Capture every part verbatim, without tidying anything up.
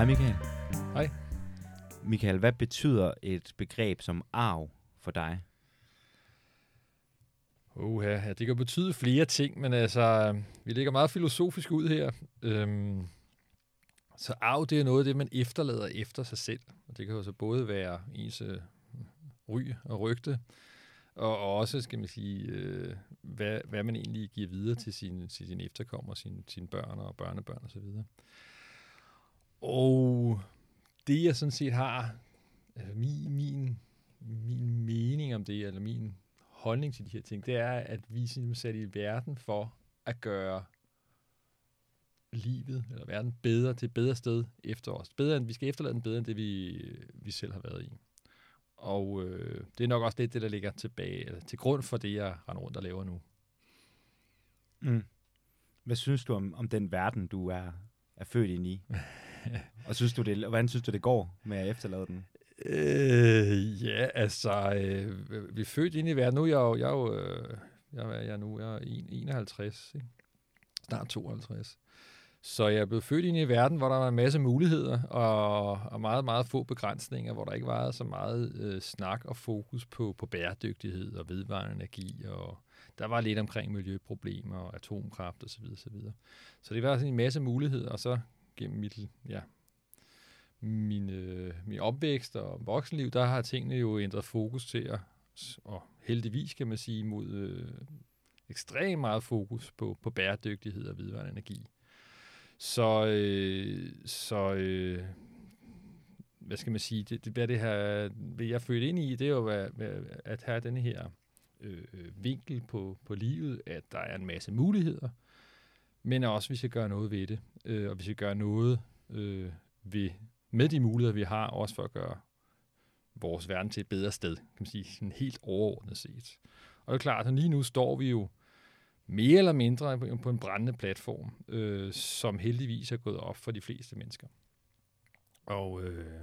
Hej Michael. Hej. Michael, hvad betyder et begreb som arv for dig? Uh, ja, det kan betyde flere ting, men altså, vi ligger meget filosofisk ud her. Øhm, så arv, det er noget af det, man efterlader efter sig selv. Og det kan jo så både være ens øh, ry og rygte, og også, skal man sige, øh, hvad, hvad man egentlig giver videre til sine, til sine efterkommere, sine, sine børn og børnebørn osv. Og det, jeg sådan set har, altså min, min, min mening om det, eller min holdning til de her ting, det er, at vi er sat i verden for at gøre livet, eller verden bedre, til et bedre sted efter os. Bedre end, vi skal efterlade den bedre end det, vi, vi selv har været i. Og øh, det er nok også lidt det, der ligger tilbage, eller til grund for det, jeg render rundt og laver nu. Mm. Hvad synes du om, om den verden, du er, er født ind i? Og synes du det, hvordan synes du, det går med at efterlade den? Øh, ja, altså, øh, vi er født ind i verden. Nu er jeg jo, jeg er jo, øh, jeg, hvad er jeg nu? Jeg er enoghalvtreds, ikke? Snart tooghalvtreds. Så jeg er blevet født ind i verden, hvor der var en masse muligheder, og, og meget, meget få begrænsninger, hvor der ikke var så meget øh, snak og fokus på, på bæredygtighed og vedvarende energi, og der var lidt omkring miljøproblemer og atomkraft osv. Så, videre. Så det var sådan en masse muligheder, og så gennem mit, ja, min, øh, min opvækst og voksenliv, der har tingene jo ændret fokus til at, og heldigvis kan man sige, mod øh, ekstremt meget fokus på, på bæredygtighed og vedvarende energi. Så, øh, så øh, hvad skal man sige, det, det, hvad det her, hvad jeg er født ind i, det er jo at, at have denne her øh, vinkel på, på livet, at der er en masse muligheder, men også, vi skal gøre noget ved det, øh, og vi skal gøre noget øh, ved, med de muligheder, vi har, også for at gøre vores verden til et bedre sted, kan man sige, sådan helt overordnet set. Og det er klart, at lige nu står vi jo mere eller mindre på en brændende platform, øh, som heldigvis er gået op for de fleste mennesker. Og, øh,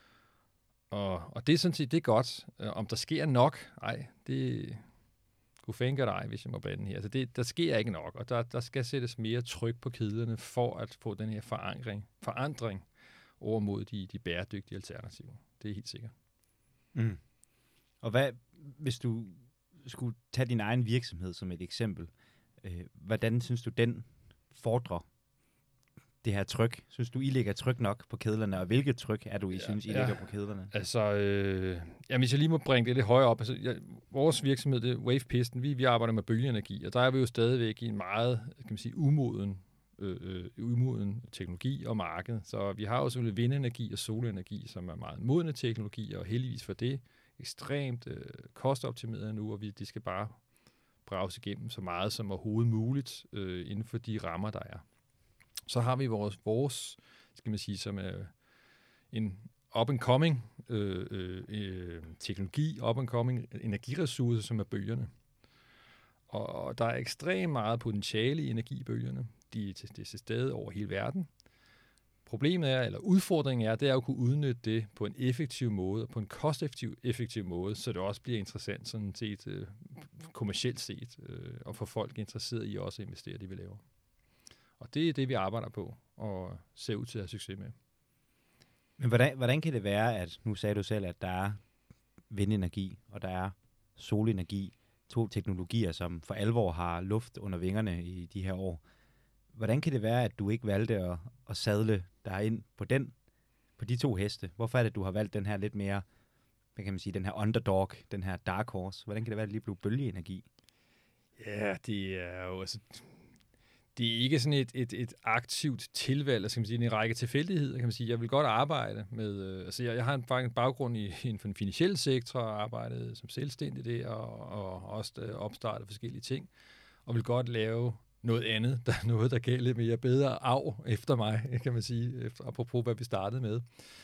og, og det er sådan set, det er godt. Om der sker nok, ej, det kunne fænke dig, hvis jeg må blande her. Altså det, der sker ikke nok, og der, der skal sættes mere tryk på kedlerne for at få den her forandring, forandring over mod de, de bæredygtige alternativer. Det er helt sikkert. Mm. Og hvad, hvis du skulle tage din egen virksomhed som et eksempel, øh, hvordan synes du, den fordrer det her tryk? Synes du, I ligger tryk nok på kedlerne, og hvilket tryk er du, I ja, synes, I ja. ligger på kedlerne? Altså, øh, jamen, hvis jeg lige må bringe det lidt højere op. Altså, jeg, vores virksomhed, det er Wave Piston, vi, vi arbejder med bølgeenergi, og der er vi jo stadigvæk i en meget, kan man sige, umoden, øh, umoden teknologi og marked. Så vi har jo selvfølgelig vindenergi og solenergi, som er meget modne teknologier, og heldigvis for det ekstremt øh, kostoptimeret nu, og vi, det skal bare brages igennem så meget som overhovedet muligt øh, inden for de rammer, der er. Så har vi vores, vores skal man sige, som er en up-and-coming øh, øh, teknologi, up-and-coming energiressourcer, som er bølgerne. Og, og der er ekstremt meget potentiale i energibølgerne. De er til, det er til stede over hele verden. Problemet er, eller udfordringen er, det er at kunne udnytte det på en effektiv måde, og på en kosteffektiv effektiv måde, så det også bliver interessant sådan set, øh, kommercielt set, øh, og for folk interesseret i også at investere i det, vi laver. Og det er det, vi arbejder på, og ser ud til at have succes med. Men hvordan, hvordan kan det være, at nu sagde du selv, at der er vindenergi, og der er solenergi, to teknologier, som for alvor har luft under vingerne i de her år. Hvordan kan det være, at du ikke valgte at, at sadle dig ind på den, på de to heste? Hvorfor er det, at du har valgt den her lidt mere, hvad kan man sige, den her underdog, den her dark horse? Hvordan kan det være, at det lige blev bølgeenergi? Ja, det er jo altså, det er ikke sådan et, et, et aktivt tilvalg, altså kan man sige, en række tilfældigheder, kan man sige. Jeg vil godt arbejde med, øh, altså jeg, jeg har en, faktisk en baggrund i, i den finansielle sektor, og arbejdet som selvstændig der, og, og også øh, opstartet forskellige ting, og vil godt lave noget andet, der er noget, der gav lidt mere bedre arv efter mig, kan man sige, efter, apropos hvad vi startede med.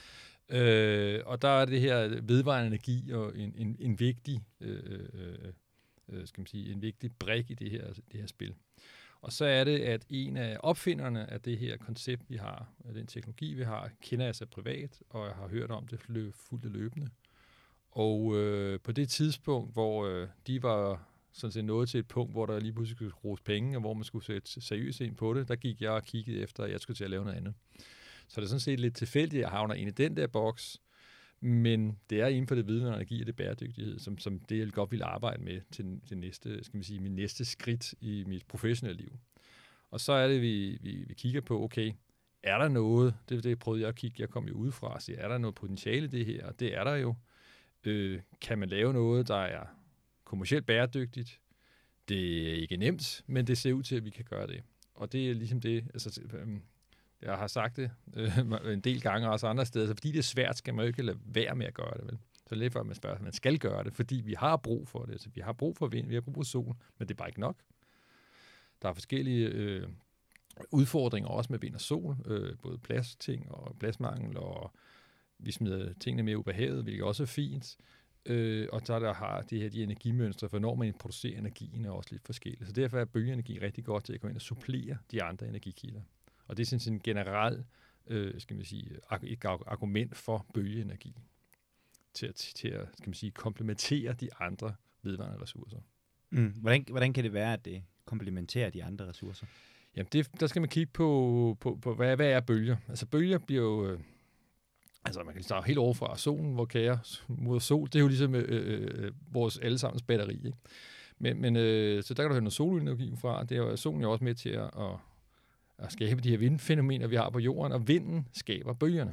Øh, og der er det her vedvarende energi og en, en, en vigtig, øh, øh, skal man sige, en vigtig brik i det her, det her spil. Og så er det, at en af opfinderne af det her koncept, vi har, af den teknologi, vi har, kender jeg sig privat, og jeg har hørt om det løb, fuldt løbende. Og øh, på det tidspunkt, hvor øh, de var sådan set nået til et punkt, hvor der lige pludselig skulle bruges penge, og hvor man skulle sætte seriøst ind på det, der gik jeg og kiggede efter, at jeg skulle til at lave noget andet. Så det er sådan set lidt tilfældigt, at jeg havner ind i den der boks, men det er inden for det viden og energi og det bæredygtighed, som, som det, jeg godt vil arbejde med til, til næste, skal man sige, min næste skridt i mit professionelle liv. Og så er det, vi, vi, vi kigger på, okay, er der noget, det, det prøvede jeg at kigge, jeg kom jo udefra og sige, er der noget potentiale i det her? Og det er der jo. Øh, kan man lave noget, der er kommercielt bæredygtigt? Det er ikke nemt, men det ser ud til, at vi kan gøre det. Og det er ligesom det, altså, jeg har sagt det øh, en del gange også andre steder, så fordi det er svært, skal man jo ikke lade være med at gøre det, vel? Så det er for, at man spørger, at man skal gøre det, fordi vi har brug for det. Altså, vi har brug for vind, vi har brug for sol, men det er bare ikke nok. Der er forskellige øh, udfordringer også med vind og sol, øh, både pladsting og pladsmangel, og vi smider tingene mere ud på havet, hvilket også er fint. Øh, og så der har de her de energimønstre, for når man producerer energien, er også lidt forskellige. Så derfor er bølgeenergi rigtig godt til at gå ind og supplere de andre energikilder. Og det er sådan en generel, øh, skal man sige, et argument for bølgeenergi til at, til at skal man sige, komplementere de andre vedvarende ressourcer. Mm. Hvordan, hvordan kan det være, at det komplementerer de andre ressourcer? Jamen, det, der skal man kigge på, på, på hvad, hvad er bølger? Altså, bølger bliver jo... Øh, altså, man kan starte helt over fra solen, hvor kager mod sol, det er jo ligesom øh, øh, vores allesammens batteri, ikke? Men, men øh, så der kan du høre noget solenergi fra. Det er jo, solen er også med til at, at, at skabe de her vindfænomener, vi har på jorden, og vinden skaber bølgerne.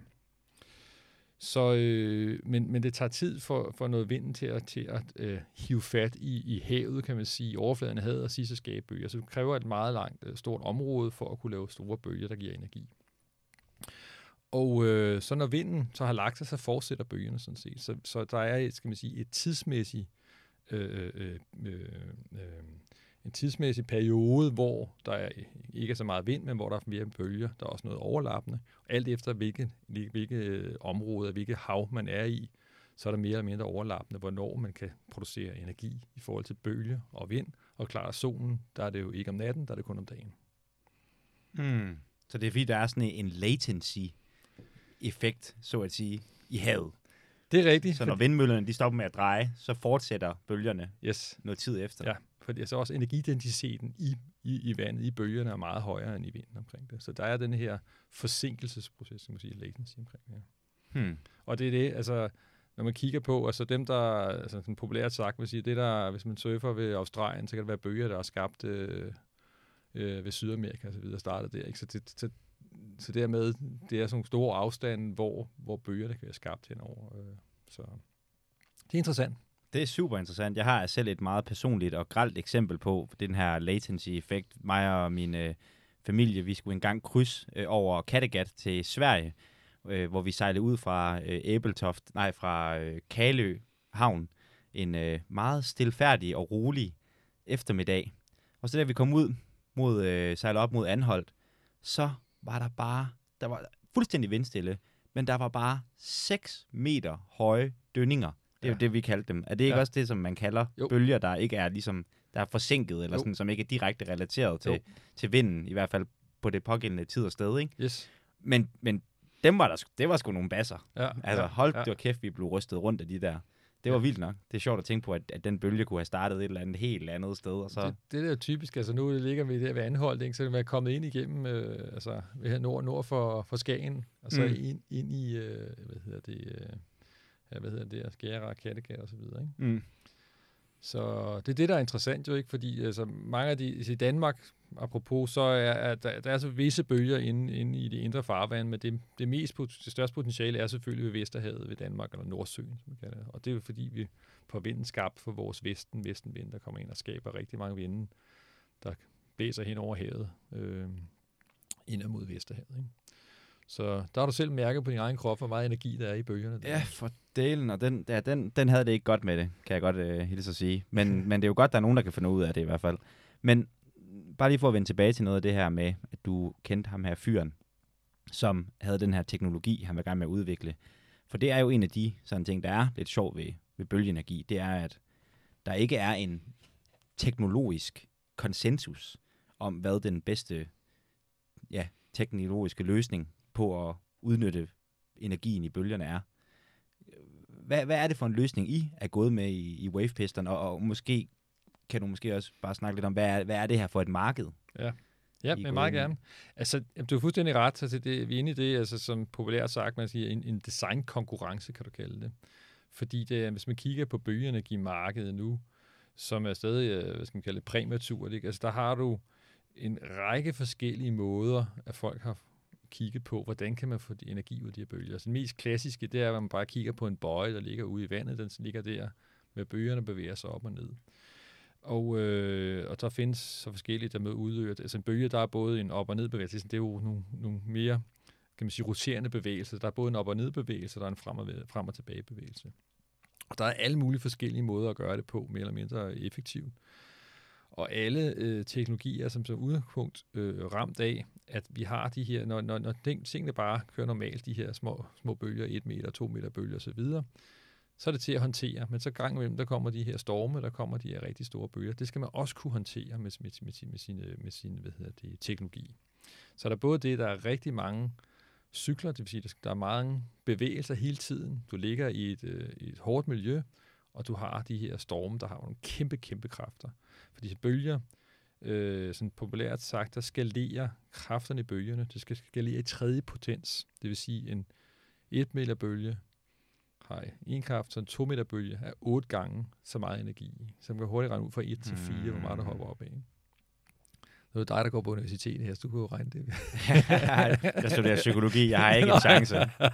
Så, øh, men, men det tager tid for, for noget vind til at, til at øh, hive fat i, i havet, kan man sige, overfladen af havet, og sige så skabe bølger. Så det kræver et meget langt, stort område for at kunne lave store bølger, der giver energi. Og øh, så når vinden så har lagt sig, så fortsætter bølgerne sådan set. Så, så der er, skal man sige, et tidsmæssigt, øh, øh, øh, øh, en tidsmæssig periode, hvor der er, ikke er så meget vind, men hvor der er mere bølger. Der er også noget overlappende. Alt efter hvilke, hvilke områder, hvilke hav man er i, så er der mere eller mindre overlappende, hvornår man kan producere energi i forhold til bølger og vind. Og klart solen, der er det jo ikke om natten, der er det kun om dagen. Hmm. Så det er fordi, der er sådan en latency-effekt, så at sige, i havet. Det er rigtigt. Så når vindmøllerne de stopper med at dreje, så fortsætter bølgerne yes. noget tid efter. Ja, fordi så også energidensiteten i, i, i vandet, i bølgerne, er meget højere end i vinden omkring det. Så der er den her forsinkelsesproces, som man siger, latency omkring det. Hmm. Og det er det, altså, når man kigger på, altså dem, der, altså sådan populært sagt, vil sige, det der, hvis man surfer ved Australien, så kan det være bølger, der er skabt øh, øh, ved Sydamerika og så videre, startet der, ikke? Så, det, så, så dermed, det er sådan en stor afstand, hvor, hvor bølger, der kan være skabt henover. Øh, så det er interessant. Det er super interessant. Jeg har selv et meget personligt og grelt eksempel på den her latency-effekt. Mig og min øh, familie, vi skulle engang krydse øh, over Kattegat til Sverige, øh, hvor vi sejlede ud fra øh, Æbeltoft, nej, fra øh, Kalø havn. En øh, meget stilfærdig og rolig eftermiddag. Og så da vi kom ud mod øh, sejlede op mod Anholt, så var der bare, der var fuldstændig vindstille, men der var bare seks meter høje dønninger. Det er ja. jo det, vi kaldte dem. Er det ikke ja. også det, som man kalder jo. bølger, der ikke er ligesom, der er forsinket, eller sådan, som ikke er direkte relateret til, til vinden, i hvert fald på det pågældende tid og sted, ikke? Yes. Men, men dem var der, det var sgu nogle basser. Ja. Altså, ja. hold ja. det var kæft, vi blev rystet rundt af de der. Det var ja. vildt nok. Det er sjovt at tænke på, at, at den bølge kunne have startet et eller andet helt andet sted. Og så... det, det der er typisk, altså nu ligger vi der ved Anholt, ikke? Så det er kommet ind igennem, øh, altså her nord, nord for, for Skagen, og så mm. ind, ind i, øh, hvad hedder det, øh, ja, hvad hedder det, Skære, Kattegat og så videre, ikke? Mm. Så det er det, der er interessant jo, ikke? Fordi altså, mange af de, i Danmark, apropos, så er, er der, der er så visse bølger inde, inde i det indre farvand, men det, det, mest, det største potentiale er selvfølgelig ved Vesterhavet ved Danmark, eller Nordsøen, som man kalder det. Og det er jo fordi, vi på vinden skabt for vores vesten, vestenvind, der kommer ind og skaber rigtig mange vinde, der blæser hen over havet, øh, ind mod Vesterhavet, ikke? Så der har du selv mærket på din egen krop, hvor meget energi der er i bølgerne. Der. Ja, for delen, og den, ja, den, den havde det ikke godt med det, kan jeg godt øh, hilse at sige. Men, men det er jo godt, der er nogen, der kan finde ud af det i hvert fald. Men bare lige for at vende tilbage til noget af det her med, at du kendte ham her fyren, som havde den her teknologi, han var i gang med at udvikle. For det er jo en af de sådan ting, der er lidt sjov ved, ved bølgeenergi. Det er, at der ikke er en teknologisk konsensus om, hvad den bedste ja, teknologiske løsning på at udnytte energien i bølgerne er. Hvad, hvad er det for en løsning, I er gået med i, i Wavepiston, og, og måske kan du måske også bare snakke lidt om, hvad er, hvad er det her for et marked? Ja. Ja, men meget gerne. Altså, du er fuldstændig ret. Altså, det, vi er inde i det, altså, som populært sagt, man siger, en, en designkonkurrence, kan du kalde det. Fordi det, hvis man kigger på bølgeenergimarkedet nu, som er stadig, hvad skal man kalde det, præmaturt, ikke? Altså, der har du en række forskellige måder, at folk har kigget på, hvordan kan man få energi ud af de her bølger. Altså, den mest klassiske, det er, at man bare kigger på en bøje, der ligger ude i vandet, den ligger der, med bølgerne bevæger sig op og ned. Og, øh, og der findes så forskellige, der med udøver. Altså en bølge, der er både en op- og nedbevægelse. Det er jo nogle, nogle mere, kan man sige, roterende bevægelser. Der er både en op- og nedbevægelse, og der er en frem- og, frem- og tilbagebevægelse. Og der er alle mulige forskellige måder at gøre det på, mere eller mindre effektivt. Og alle øh, teknologier, som som udgangspunkt øh, ramt af, at vi har de her, når, når, når tingene bare kører normalt, de her små, små bølger, et meter, to meter bølger osv., så er det til at håndtere. Men så gang imellem, der kommer de her storme, der kommer de her rigtig store bølger. Det skal man også kunne håndtere med, med, med, sin, med sin, med sin hvad hedder det, teknologi. Så der er både det, der er rigtig mange cykler, det vil sige, der er mange bevægelser hele tiden. Du ligger i et, øh, i et hårdt miljø, og du har de her storme, der har nogle kæmpe, kæmpe kræfter. For de her bølger, øh, sådan populært sagt, der skalerer kræfterne i bølgerne. Det skal skalere i tredje potens. Det vil sige, en et meter bølge har en kraft, så en to meter bølge er otte gange så meget energi. Så man kan hurtigt regne ud fra et til fire, hvor meget der hopper op af. Det er dig, der går på universitetet her, så du kan jo regne det. Jeg studerer psykologi, jeg har ikke en chance.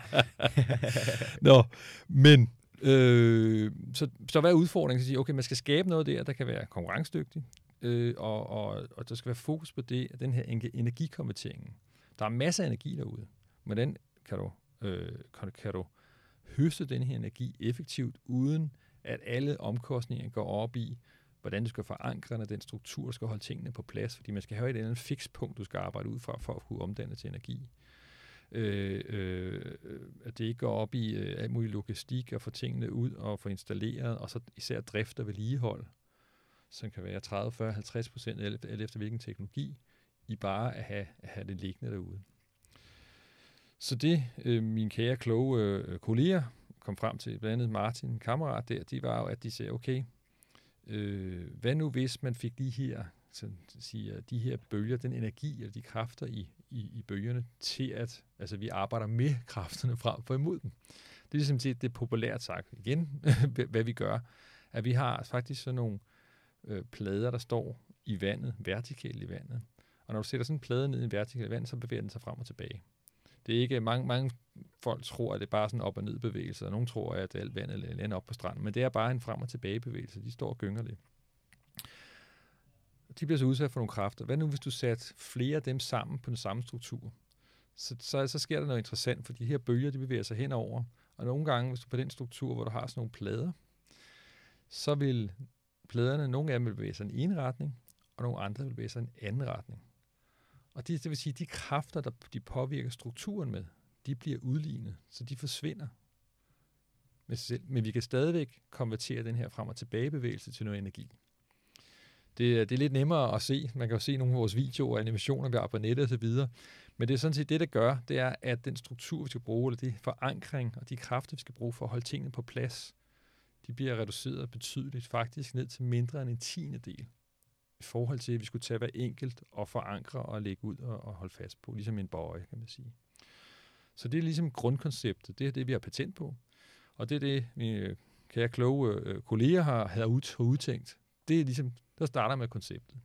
Nå, men øh, så, så hvad er udfordringen? Så sige, okay, man skal skabe noget der, der kan være konkurrencedygtigt, øh, og, og, og der skal være fokus på det, den her energikonverteringen. Der er masser af energi derude, men den kan du, øh, kan, kan du høste den her energi effektivt, uden at alle omkostninger går op i, hvordan du skal forankre den struktur, der skal holde tingene på plads, fordi man skal have et eller andet fikspunkt, du skal arbejde ud fra, for at kunne omdanne til energi. Øh, øh, at det ikke går op i øh, alt mulig logistik, og få tingene ud og få installeret, og så især drift og vedligehold, som kan være tredive, fyrre, halvtreds procent, alt efter hvilken teknologi, i bare at have, at have det liggende derude. Så det, øh, mine kære, kloge øh, kolleger kom frem til, blandt andet Martin, en kammerat der, de var jo, at de sagde, okay, øh, hvad nu hvis man fik de her, sådan siger, de her bølger, den energi eller de kræfter i, i, i bølgerne, til at, altså vi arbejder med kræfterne frem for imod dem. Det er ligesom det, det er populært sagt igen, hvad vi gør, at vi har faktisk sådan nogle øh, plader, der står i vandet, vertikalt i vandet. Og når du sætter sådan en plade ned i vertikalt vand, så bevæger den sig frem og tilbage. Det er ikke, mange, mange folk tror, at det er bare sådan op- og ned bevægelse, og nogen tror, at alt vandet lander op på stranden, men det er bare en frem- og tilbage bevægelse. De står og gynger lidt. De bliver så udsat for nogle kræfter. Hvad nu, hvis du satte flere af dem sammen på den samme struktur? Så, så, så sker der noget interessant, for de her bølger, de bevæger sig henover, og nogle gange, hvis du på den struktur, hvor du har sådan nogle plader, så vil pladerne, nogle af dem vil bevæge sig i en retning, og nogle andre vil bevæge sig i en anden retning. Og det, det vil sige, at de kræfter, der de påvirker strukturen med, de bliver udlignet, så de forsvinder med sig selv. Men vi kan stadigvæk konvertere den her frem- og tilbagebevægelse til noget energi. Det, det er lidt nemmere at se. Man kan jo se nogle af vores videoer og animationer, vi har på nettet og så videre. Men det er sådan set det, der gør, det er, at den struktur, vi skal bruge, eller det forankring og de kræfter, vi skal bruge for at holde tingene på plads, de bliver reduceret betydeligt, faktisk ned til mindre end en tiende del. I forhold til, at vi skulle tage hver enkelt og forankre og lægge ud og, og holde fast på, ligesom en bøje, kan man sige. Så det er ligesom grundkonceptet. Det er det, vi har patent på. Og det er det, mine kære kloge øh, kolleger har, har udtænkt. Det er ligesom, der starter med konceptet.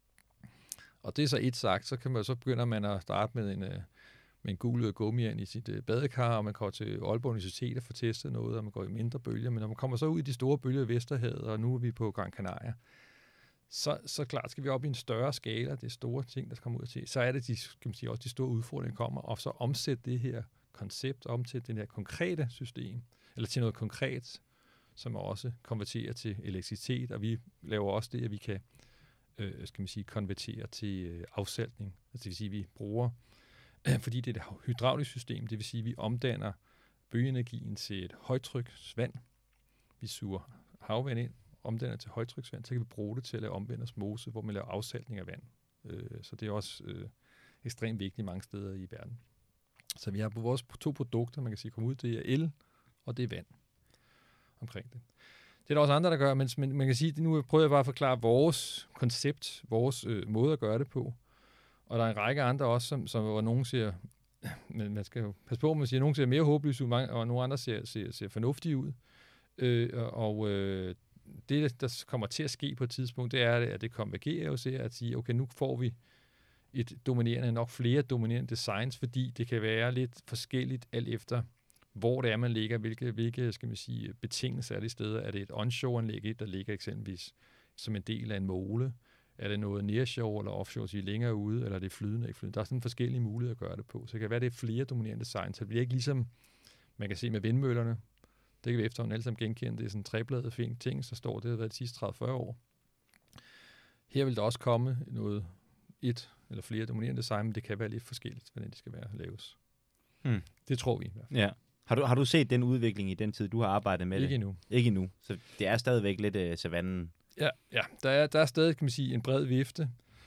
Og det er så et sagt, så, kan man, så begynder man at starte med en, med en gul gummiand i sit øh, badekar, og man går til Aalborg Universitet og får testet noget, og man går i mindre bølger. Men når man kommer så ud i de store bølger i Vesterhavet, og nu er vi på Gran Canaria, så, så klart skal vi op i en større skala, det er store ting, der kommer ud til. Så er det de, kan man sige, også de store udfordringer kommer, og så omsætte det her koncept, omsætte det her konkrete system, eller til noget konkret, som også konverterer til elektricitet, og vi laver også det, at vi kan øh, skal man sige, konvertere til øh, afsaltning. Altså det vil sige, at vi bruger, øh, fordi det er et hydraulisk system, det vil sige, at vi omdanner bølgeenergien til et højtryksvand. Vi suger havvand ind, omdanner til højtryksvand, så kan vi bruge det til at lave omvendt osmose, hvor man laver afsaltning af vand. Øh, så det er også øh, ekstremt vigtigt mange steder i verden. Så vi har på vores to produkter, man kan sige, komme ud, det er el, og det er vand omkring det. Det er der også andre, der gør, men man kan sige, at nu prøver jeg bare at forklare vores koncept, vores øh, måde at gøre det på. Og der er en række andre også, som, som hvor nogen siger, men man skal jo passe på, at man siger, at nogen ser mere håbløs ud, og nogle andre ser, ser, ser fornuftige ud. Øh, og øh, det, der kommer til at ske på et tidspunkt, det er, at det konvergerer jo til at sige, okay, nu får vi et dominerende, nok flere dominerende designs, fordi det kan være lidt forskelligt alt efter, hvor det er, man ligger, hvilke, hvilke skal man sige, betingelser er det i stedet. Er det et onshore-anlæg, der ligger eksempelvis som en del af en mole? Er det noget nearshore eller offshore, så længere ude, eller er det flydende, ikke flydende? Der er sådan forskellige muligheder at gøre det på. Så det kan være, at det er flere dominerende designs. Så det bliver ikke ligesom, man kan se med vindmøllerne. Det kan vi efterhånden alle sammen genkende. Det er sådan en trebladet fint ting, så står det, har været de sidste tredive til fyrre år. Her vil der også komme noget, et eller flere dominerende design, men det kan være lidt forskelligt, hvordan det skal være laves. Hmm. Det tror vi i hvert fald. Ja. Har du, har du set den udvikling i den tid, du har arbejdet med ikke det? Ikke endnu. Ikke endnu. Så det er stadigvæk lidt uh, savannen. Ja, ja. Der, er, der er stadig, kan man sige, en bred vifte.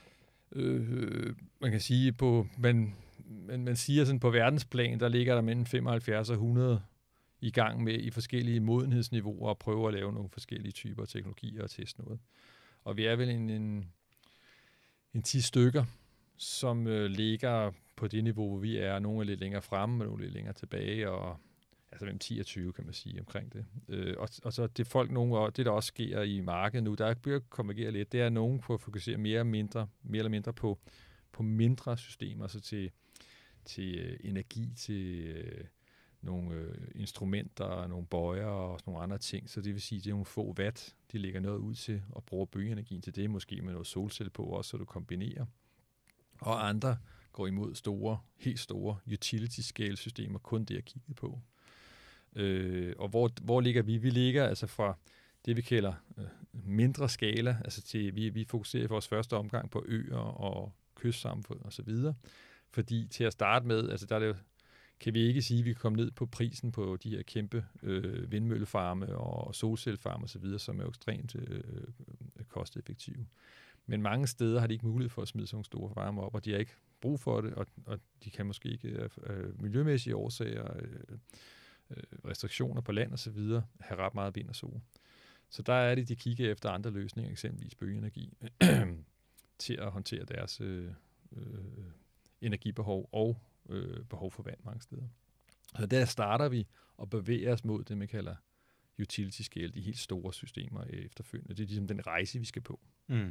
Øh, man kan sige, på, man, man, man siger sådan på verdensplan, der ligger der mellem femoghalvfjerds og hundrede i gang med i forskellige modenhedsniveauer og prøve at lave nogle forskellige typer af teknologier og teste noget. Og vi er vel en, en, en ti stykker, som øh, ligger på det niveau, hvor vi er. Nogle er lidt længere fremme, og nogle er lidt længere tilbage, og altså mellem ti og tyve, kan man sige, omkring det. Øh, og, og så det folk, nogle, og det der også sker i markedet nu, der bør konvergere lidt, det er, at nogen på at fokusere mere, mindre, mere eller mindre på, på mindre systemer, altså til, til øh, energi, til øh, nogle øh, instrumenter, nogle bøjer og sådan nogle andre ting. Så det vil sige, det er nogle få watt, de lægger noget ud til og bruger bølgeenergien til det, måske med noget solcelle på også, så du kombinerer. Og andre går imod store, helt store utility-scale-systemer, kun det at kigge på. Øh, og hvor, hvor ligger vi? Vi ligger altså fra det, vi kalder øh, mindre skala, altså til, vi, vi fokuserer i vores første omgang på øer og kystsamfund og så videre. Fordi til at starte med, altså der er det jo, kan vi ikke sige, at vi kan komme ned på prisen på de her kæmpe øh, vindmøllefarme og solcellefarme og så videre, som er jo ekstremt øh, kosteffektive. Men mange steder har de ikke mulighed for at smide sådan nogle store farme op, og de har ikke brug for det, og, og de kan måske ikke øh, miljømæssige årsager, øh, øh, restriktioner på land og så videre, have ret meget vind og sol. Så der er det, de kigger efter andre løsninger, eksempelvis bølgeenergi, til at håndtere deres øh, øh, energibehov og øh, behov for vand mange steder. Så der starter vi og bevæger os mod det, man kalder utility scale, de helt store systemer efterfølgende. Det er ligesom den rejse, vi skal på. Mm.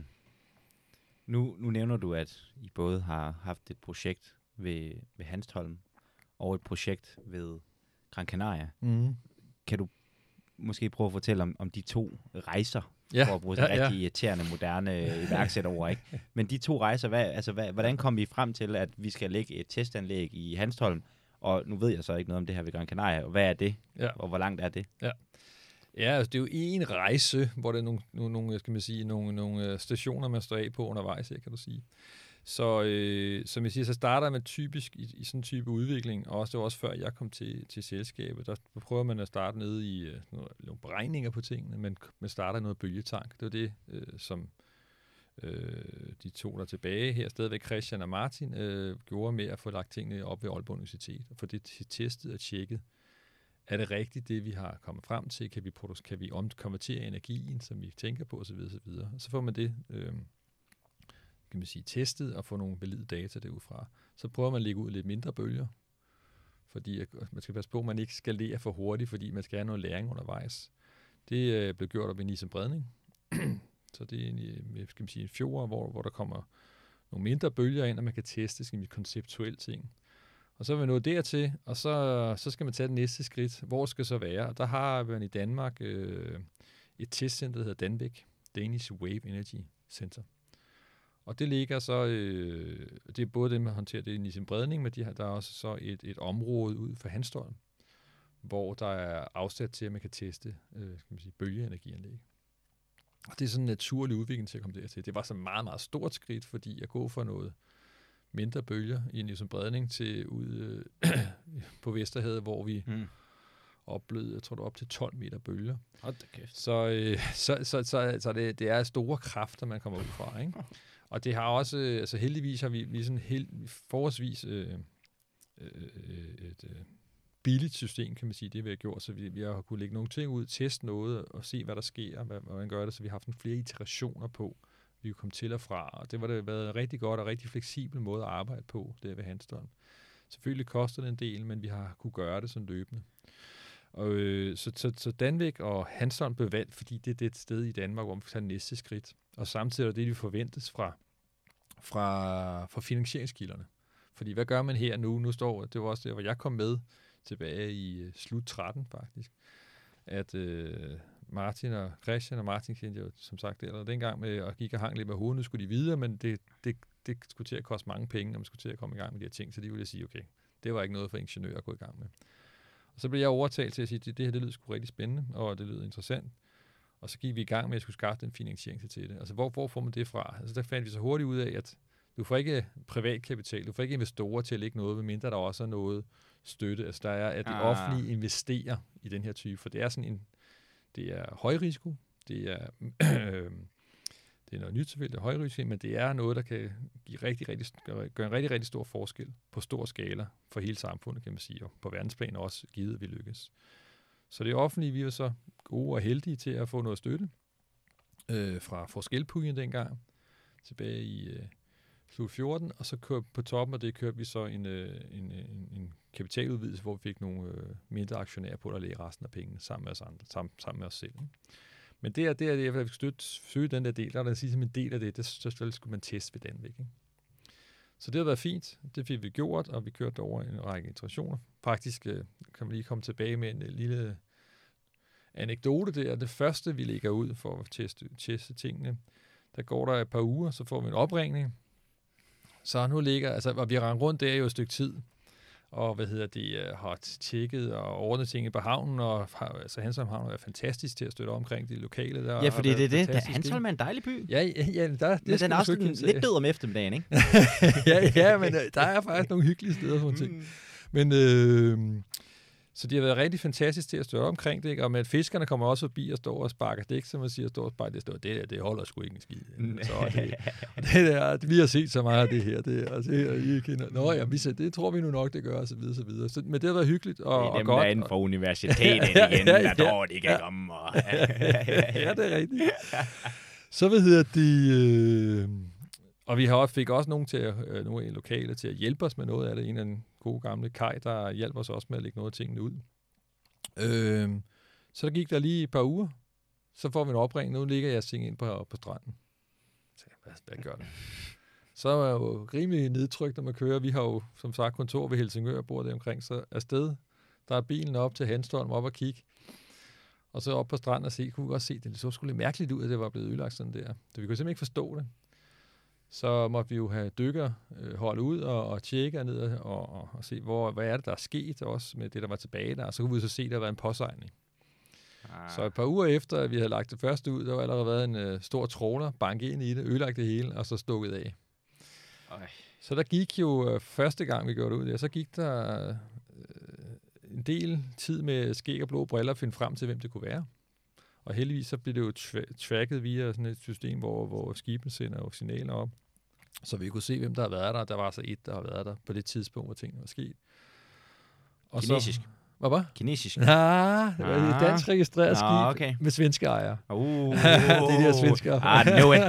Nu, nu nævner du, at I både har haft et projekt ved, ved Hanstholm og et projekt ved Gran Canaria. Mm. Kan du måske prøve at fortælle om, om de to rejser, ja, for at bruge ja, ja, rigtig ja. irriterende, moderne iværksætterord, ikke? Men de to rejser, hvad, altså, hvad, hvordan kom vi frem til, at vi skal lægge et testanlæg i Hanstholm? Og nu ved jeg så ikke noget om det her ved Gran Canaria. Og hvad er det? Ja. Og hvor langt er det? Ja. Ja, altså det er jo en rejse, hvor der er nogle, nogle, skal man sige, nogle, nogle stationer, man står af på undervejs, kan du sige. Så øh, som jeg siger, så starter man typisk i, i sådan en type udvikling, og også, det var også før jeg kom til, til selskabet, der prøver man at starte nede i øh, nogle beregninger på tingene, men man starter noget bølgetank. Det var det, øh, som øh, de to der tilbage her, stadigvæk Christian og Martin, øh, gjorde med at få lagt tingene op ved Aalborg Universitet, og få det testet og tjekket. Er det rigtigt, det vi har kommet frem til? Kan vi, produce, kan vi omkonvertere energien, som vi tænker på, osv. osv. Og så får man det øh, kan man sige, testet og få nogle valide data derudfra. Så prøver man at lægge ud lidt mindre bølger, fordi man skal passe på, at man ikke skalerer for hurtigt, fordi man skal have noget læring undervejs. Det øh, blev gjort op i Nissum Bredning. Så det er en, skal man sige, en fjord, hvor, hvor der kommer nogle mindre bølger ind, og man kan teste skal man sige, konceptuelle ting. Og så er vi nået dertil, og så, så skal man tage det næste skridt. Hvor skal det så være? Og der har man i Danmark øh, et testcenter, der hedder Danvik, Danish Wave Energy Center. Og det ligger så, øh, det er både dem, der håndterer det i Nissum Bredning, men de har, der er også så et, et område ud for Hanstholm, hvor der er afsat til, at man kan teste øh, skal man sige, bølgeenergianlæg. Og det er sådan en naturlig udvikling til at komme dertil. Det var så meget, meget stort skridt, fordi at gå fra noget mindre bølger i Nissum Bredning til ud øh, på Vesterhavet, hvor vi mm. oplevede, jeg tror det var op til tolv meter bølger. Hold da kæft. Så, øh, så, så, så, så det, det er store kræfter, man kommer ud fra, ikke? Og det har også, altså heldigvis har vi, vi sådan helt forholdsvis øh, øh, et øh, billigt system, kan man sige, det vi har gjort, så vi, vi har kunnet lægge nogle ting ud, teste noget og se, hvad der sker, hvad, hvordan gør det, så vi har haft flere iterationer på, vi kom til og fra, og det var det været en rigtig godt og rigtig fleksibel måde at arbejde på, det ved Hanstholm. Selvfølgelig koster det en del, men vi har kunne gøre det sådan løbende. Og, øh, så, så, så Danvik og Hanstholm blev valgt, fordi det, det er et sted i Danmark, hvor vi kan tage næste skridt. Og samtidig er det, vi forventes fra, fra, fra finansieringskilderne. Fordi hvad gør man her nu? Nu står, det var også der, hvor jeg kom med tilbage i uh, slut tretten faktisk, at øh, Martin og Christian og Martin kendte jo som sagt allerede dengang med at gik og hang lidt med hovedet. Nu skulle de videre, men det, det, det skulle til at koste mange penge, når man skulle til at komme i gang med de her ting. Så de ville sige, okay, det var ikke noget for ingeniører at gå i gang med. Og så blev jeg overtalt til at sige, at det, det her det lød sgu rigtig spændende, og det lød interessant. Og så gik vi i gang med at skulle skaffe den finansiering til det. Altså, hvor, hvor får man det fra? Altså, der fandt vi så hurtigt ud af, at du får ikke privat kapital, du får ikke investorer til at lægge noget, medmindre der også er noget støtte. Altså, der er, at de ah. offentlige investerer i den her type, for det er sådan en, det er høj risiko, det er, øh, det er noget nyt selvfølgelig, det er høj risiko, men det er noget, der kan give rigtig, rigtig, gøre en rigtig, rigtig stor forskel på stor skala for hele samfundet, kan man sige, og på verdensplan også givet, at vi lykkes. Så det offentlige, vi er så gode og heldige til at få noget støtte øh, fra forskelpuljen dengang, tilbage i øh, slut fjorten, og så kør, på toppen af det kørte vi så en, øh, en, en, en kapitaludvidelse, hvor vi fik nogle øh, mindre aktionærer på, der lægge resten af pengene sammen med os andre, sammen, sammen med os selv. Ikke? Men det er det, at jeg vil støtte søge den der del, der er der sige som en del af det, det så skulle man teste ved Danvik. Ikke? Så det har været fint, det fik vi gjort, og vi kørte over en række iterationer. Faktisk øh, kan man lige komme tilbage med en øh, lille anekdote der. Det første, vi lægger ud for at teste, teste tingene, der går der et par uger, så får vi en opringning. Så nu ligger, altså, og vi render rundt der jo et stykke tid, og hvad hedder det, uh, har tjekket og ordnet ting på havnen, og har, altså Hanstholm Havn er fantastisk til at støtte omkring de lokale. Der ja, fordi det er det. Der, Hanstholm er en dejlig by. Ja, ja, ja der, men den er også en, lidt død om eftermiddagen, ikke? ja, ja, men der er faktisk nogle hyggelige steder, sådan ting. Men øh, så de har været rigtig fantastisk til at støtte omkring det, ikke? Og med fiskerne kommer også forbi og står og sparker dæk, som man siger, står og sparker det, står, det, det holder sgu ikke en skid. Så det, og det der, vi har set så meget af det her, det, og det, og I kender, nå ja, vi ser, det tror vi nu nok, det gør, og så videre, så videre. Så, men det har været hyggeligt og, det er dem, og godt. Der er inden for universitetet igen, ja, ja, der tror, de kan ja. komme. Og ja, det er rigtigt. Så hvad hedder de... Øh, og vi har fik også nogen til at, øh, nogle lokale til at hjælpe os med noget af det. En af den gode gamle Kai, der hjælper os også med at lægge noget af tingene ud. Øh, så der gik der lige et par uger. Så får vi en opring. Nu ligger jeg ting ind på, på stranden. Så hvad, hvad gør det? Så er jeg jo rimelig nedtrykt, når man kører. Vi har jo som sagt kontor ved Helsingør og bor der omkring. Så afsted, der er bilen op til Hanstholm op og kigge. Og så op på stranden og se, kunne vi godt se, det Det så sgu lidt mærkeligt ud, at det var blevet ødelagt sådan der. Så vi kunne simpelthen ikke forstå det. Så måtte vi jo have dykker øh, holde ud og, og tjekke ned og, og, og se, hvor, hvad er det, der er sket også med det, der var tilbage der. Og så kunne vi så se, at der var en påsejling. Ah. Så et par uger efter, at vi havde lagt det første ud, der var allerede været en øh, stor tråler, banket ind i det, ødelagt det hele, og så stukket af. Ej. Så der gik jo øh, første gang, vi gjorde det ud der, så gik der øh, en del tid med skæg og blå briller at finde frem til, hvem det kunne være. Og heldigvis så blev det jo tra- tracket via sådan et system, hvor, hvor skibene sender jo signaler op. Så vi kunne se, hvem der har været der. Der var så et, der har været der på det tidspunkt, hvor tingene var sket. Og kinesisk. Så, hvad var? Kinesisk. Nej, det var et dansk registreret Nå, skib okay. med svenske ejere. Uh, det er de her svenskere. I know it.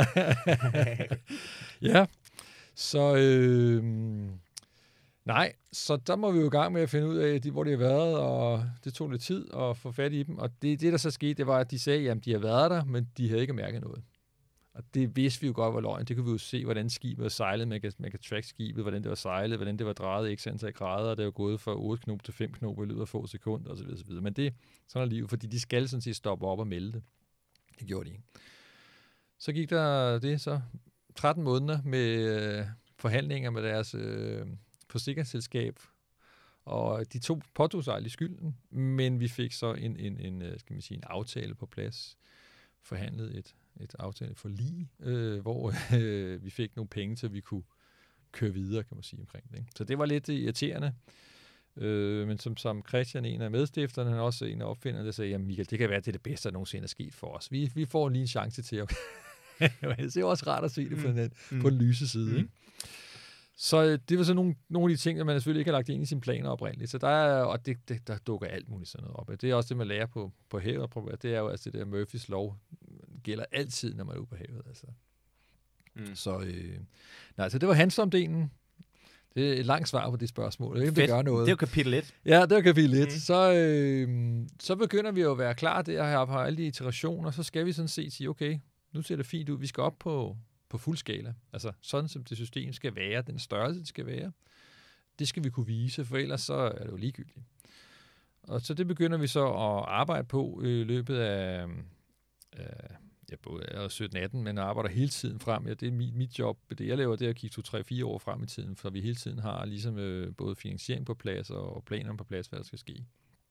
ja, så... Øh, nej, så der må vi jo i gang med at finde ud af, de, hvor de har været, og det tog lidt tid at få fat i dem. Og det, det der så skete, det var, at de sagde, at de har været der, men de havde ikke mærket noget. Og det vidste vi jo godt var løgn. Det kunne vi jo se, hvordan skibet var sejlet. Man kan, man kan track skibet, hvordan det var sejlet, hvordan det var drejet x antal grader, og det var gået fra otte knop til fem knop i løbet af få sekunder osv. osv. Men det sådan er livet, fordi de skal sådan set stoppe op og melde det. Det gjorde de ikke. Så gik der det så tretten måneder med øh, forhandlinger med deres øh, forsikringsselskab, og de to påtog sig aldrig skylden, men vi fik så en, en, en, skal man sige, en aftale på plads, forhandlet et et aftale for lige, øh, hvor øh, vi fik nogle penge, så vi kunne køre videre, kan man sige, omkring det. Ikke? Så det var lidt irriterende. Øh, men som, som Christian, en af medstifterne, han også en af opfinderne, der sagde, jamen Michael, det kan være, det er det bedste, der nogensinde er sket for os. Vi, vi får lige en chance til at... det er også rart at se det på den, mm. på den lyse side. Mm. Ikke? Så det var så nogle, nogle af de ting, der man selvfølgelig ikke har lagt ind i sine planer oprindeligt. Så der er, og det, det, der dukker alt muligt sådan noget op. Det er også det, man lærer på, på havet. Det er jo altså det der Murphys lov. Det gælder altid, når man er ude på havet. Altså. Mm. Så, øh, nej, så det var Handstorm-delen. Det er et langt svar på det spørgsmål. Jeg ved, Fedt. det gør noget. Det er jo kapitel et. Ja, det er kapitel et. Mm. Så, øh, så begynder vi jo at være klar der her på alle de iterationer, så skal vi sådan set sige, okay, nu ser det fint ud. Vi skal op på, på fuld skala. Altså sådan, som det system skal være, den størrelse, det skal være. Det skal vi kunne vise, for ellers så er det jo ligegyldigt. Og så det begynder vi så at arbejde på i løbet af... Øh, jeg både er sytten atten, men arbejder hele tiden frem. Ja, det er mit, mit job. Det jeg laver, det er at kigge to, tre, fire år frem i tiden, for vi hele tiden har ligesom øh, både finansiering på plads og planer på plads, hvad der skal ske.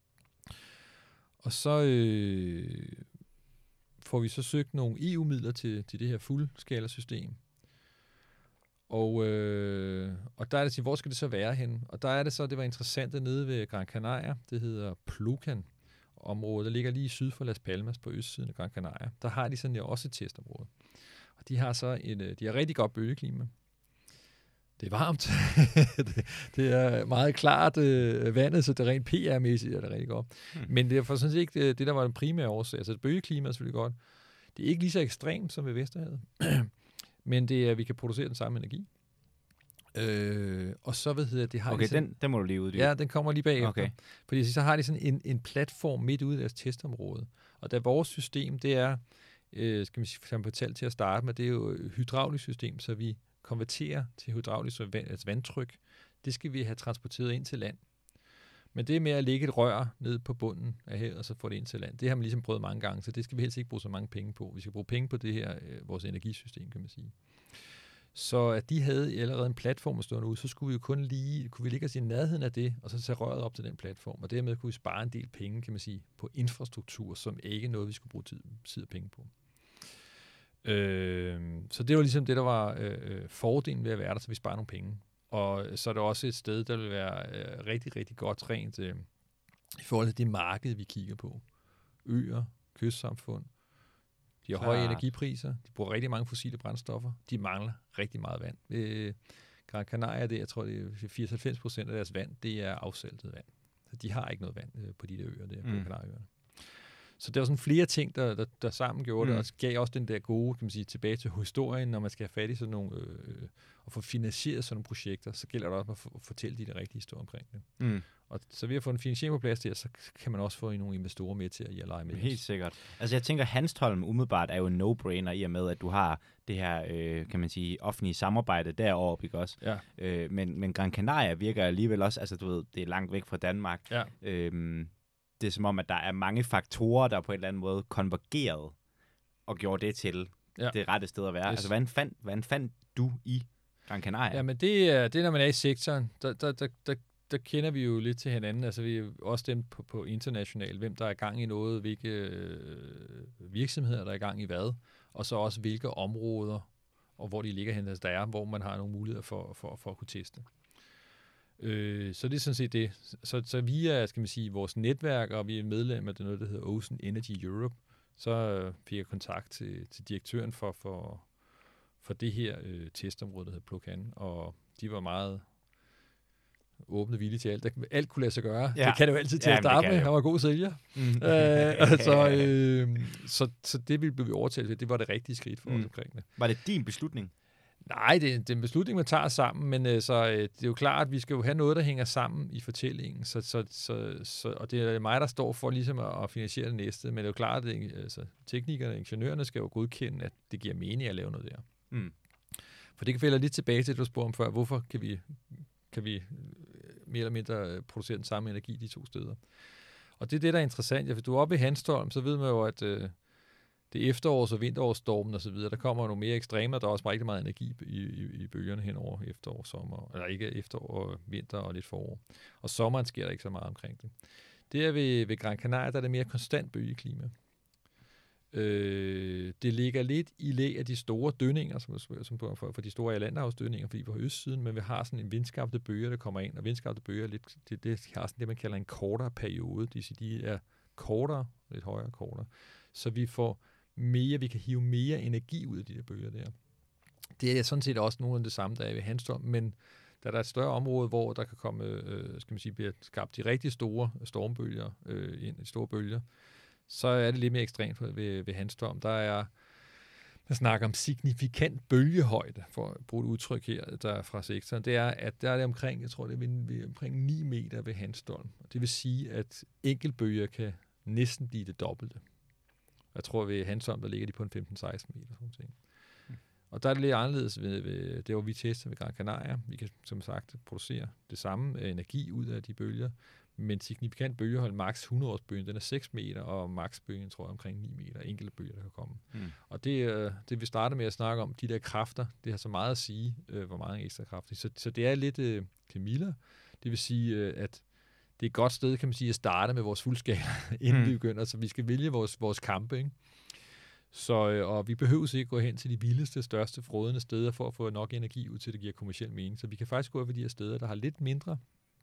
Og så øh, får vi så søgt nogle E U-midler til, til det her fuldskala-system. Og, øh, og der er det til, hvor skal det så være henne? Og der er det så, det var interessant nede ved Gran Canaria. Det hedder Plocan. Område, der ligger lige syd for Las Palmas på østsiden af Gran Canaria. Der har de sådan der også et testområde. Og de har så et, de har rigtig godt bølgeklima. Det er varmt. det, det er meget klart øh, vandet, så det er rent P R-mæssigt, er det rigtig godt. Hmm. Men det er for sådan set ikke det, det, der var den primære årsag. Altså bølgeklima er selvfølgelig godt. Det er ikke lige så ekstremt som ved Vesterhavet. Men det er, at vi kan producere den samme energi. Øh, og så hvad hedder det har okay, de sådan, den, den må du lige uddybe. Ja, den kommer lige bagefter. Okay. Fordi så har de sådan en, en platform midt ude i deres testområde. Og da vores system, det er, øh, skal man sige, for eksempel til at starte med, det er jo et hydraulisk system, så vi konverterer til hydraulisk altså vandtryk. Det skal vi have transporteret ind til land. Men det med at lægge et rør ned på bunden af havet, og så få det ind til land, det har man ligesom prøvet mange gange, så det skal vi helst ikke bruge så mange penge på. Vi skal bruge penge på det her, øh, vores energisystem, kan man sige. Så at de havde allerede en platform stående ude, så skulle vi jo kun lige, kunne vi ligge os i nærheden af det, og så tage røret op til den platform, og dermed kunne vi spare en del penge, kan man sige, på infrastruktur, som ikke er noget, vi skulle bruge tid, tid og penge på. Øh, så det var ligesom det, der var øh, fordelen ved at være der, så vi sparer nogle penge. Og så er det også et sted, der vil være øh, rigtig, rigtig godt rent øh, i forhold til det marked, vi kigger på. Øer, kystsamfund. De har Klar. høje energipriser, de bruger rigtig mange fossile brændstoffer, de mangler rigtig meget vand. Øh, Gran Canaria, det, jeg tror, det er firs til halvfems procent af deres vand, det er afsaltet vand. Så de har ikke noget vand øh, på de der øer, der på mm. Kanarieøerne. Så der var sådan flere ting, der, der, der sammen gjorde mm. det, og gav også den der gode, kan man sige, tilbage til historien, når man skal have fat i sådan nogle, øh, og få finansieret sådan nogle projekter, så gælder det også at, at fortælle de der rigtige historier omkring det. Mm. Og så ved at få en finansiering på plads der, så kan man også få nogle investorer med til at lege med. Helt sikkert. Altså jeg tænker, Hanstholm umiddelbart er jo en no-brainer i og med, at du har det her, øh, kan man sige, offentlige samarbejde deroppe, ikke også? Ja. Øh, men, men Gran Canaria virker alligevel også, altså du ved, det er langt væk fra Danmark. Ja. Øhm, det er som om, at der er mange faktorer, der på en eller anden måde konvergerede og gjorde det til ja. det rette sted at være. Yes. Altså hvordan fandt, hvordan fandt du i Gran Canaria? Jamen det er, det er, når man er i sektoren, der, der, der, der der kender vi jo lidt til hinanden, altså vi er også dem på, på international, hvem der er i gang i noget, hvilke øh, virksomheder, der er i gang i hvad, og så også hvilke områder, og hvor de ligger hen, altså der er, hvor man har nogle muligheder for, for, for at kunne teste. Øh, så det er sådan set det. Så, så via, skal man sige, vores netværk, og vi er medlem af det noget, der hedder Ocean Energy Europe, så fik jeg kontakt til, til direktøren for, for, for det her øh, testområde, der hedder Plocan, og de var meget åbne vilje til alt. Alt kunne lade sig gøre. Ja. Det kan det jo altid til ja, at starte med. Han var god sælger. Mm. øh, altså, øh, så, så det blev vi overtalt ved. Det var det rigtige skridt for mm. os omkring det. Var det din beslutning? Nej, det er, det er en beslutning, man tager sammen, men øh, så, øh, det er jo klart, at vi skal jo have noget, der hænger sammen i fortællingen, så, så, så, så, og det er mig, der står for ligesom at, at finansiere det næste, men det er jo klart, at altså, teknikerne og ingeniørerne skal jo godkende, at det giver mening at lave noget der. Mm. For det kan fælde lidt tilbage til, det du spurgte om før, hvorfor kan vi, kan vi mere eller mindre producere den samme energi de to steder. Og det er det, der er interessant. Ja, hvis du er oppe i Hanstholm, så ved man jo, at øh, det er efterårs- og vinterårsstormen og så videre. Der kommer nogle mere ekstremer, der er også rigtig meget energi i, i, i bølgerne hen over efterår, sommer, eller ikke efterår, vinter og lidt forår. Og sommeren sker der ikke så meget omkring det. Det er ved, ved Gran Canaria, der er det mere konstant bølgeklima. Øh, det ligger lidt i læ af de store dønninger, som, som for, for de store Atlanterhavsdønninger, fordi vi er på østsiden, men vi har sådan en vindskabte bølge, der kommer ind, og vindskabte bølger lidt, det, det har sådan det, man kalder en kortere periode, det vil sige, de er kortere, lidt højere kortere, så vi får mere, vi kan hive mere energi ud af de der bølger der. Det er sådan set også nogle af det samme, der er ved Hanstholm, men da der er et større område, hvor der kan komme, øh, skal man sige, bliver skabt de rigtig store stormbølger, øh, ind, de store bølger, så er det lidt mere ekstremt ved, ved Hanstholm. Der er, der snakker om signifikant bølgehøjde, for at bruge et udtryk her, der er fra sektoren, det er, at der er det omkring, jeg tror, det er ved, ved omkring ni meter ved Hanstholm. Det vil sige, at enkeltbølger kan næsten blive det dobbelte. Jeg tror, ved Hanstholm, der ligger de på en femten til seksten meter. Sådan ting. Mm. Og der er det lidt anderledes ved, ved det, hvor vi tester ved Gran Canaria. Vi kan, som sagt, producere det samme energi ud af de bølger, men signifikant bølgehold, max hundrede-årsbølgen, den er seks meter, og max bølgen, tror jeg, omkring ni meter, enkelte bølger, der kan komme. Mm. Og det, det, vi starter med at snakke om, de der kræfter, det har så meget at sige, øh, hvor meget ekstra kraft. Så, så det er lidt øh, Camilla. Det vil sige, øh, at det er et godt sted, kan man sige, at starte med vores fuldskala, inden mm. vi begynder. Så vi skal vælge vores, vores kampe, ikke? Så, øh, og vi behøver ikke gå hen til de vildeste, største, frådende steder, for at få nok energi ud til, at det giver kommerciel mening. Så vi kan faktisk gå over de her steder, der har lidt mindre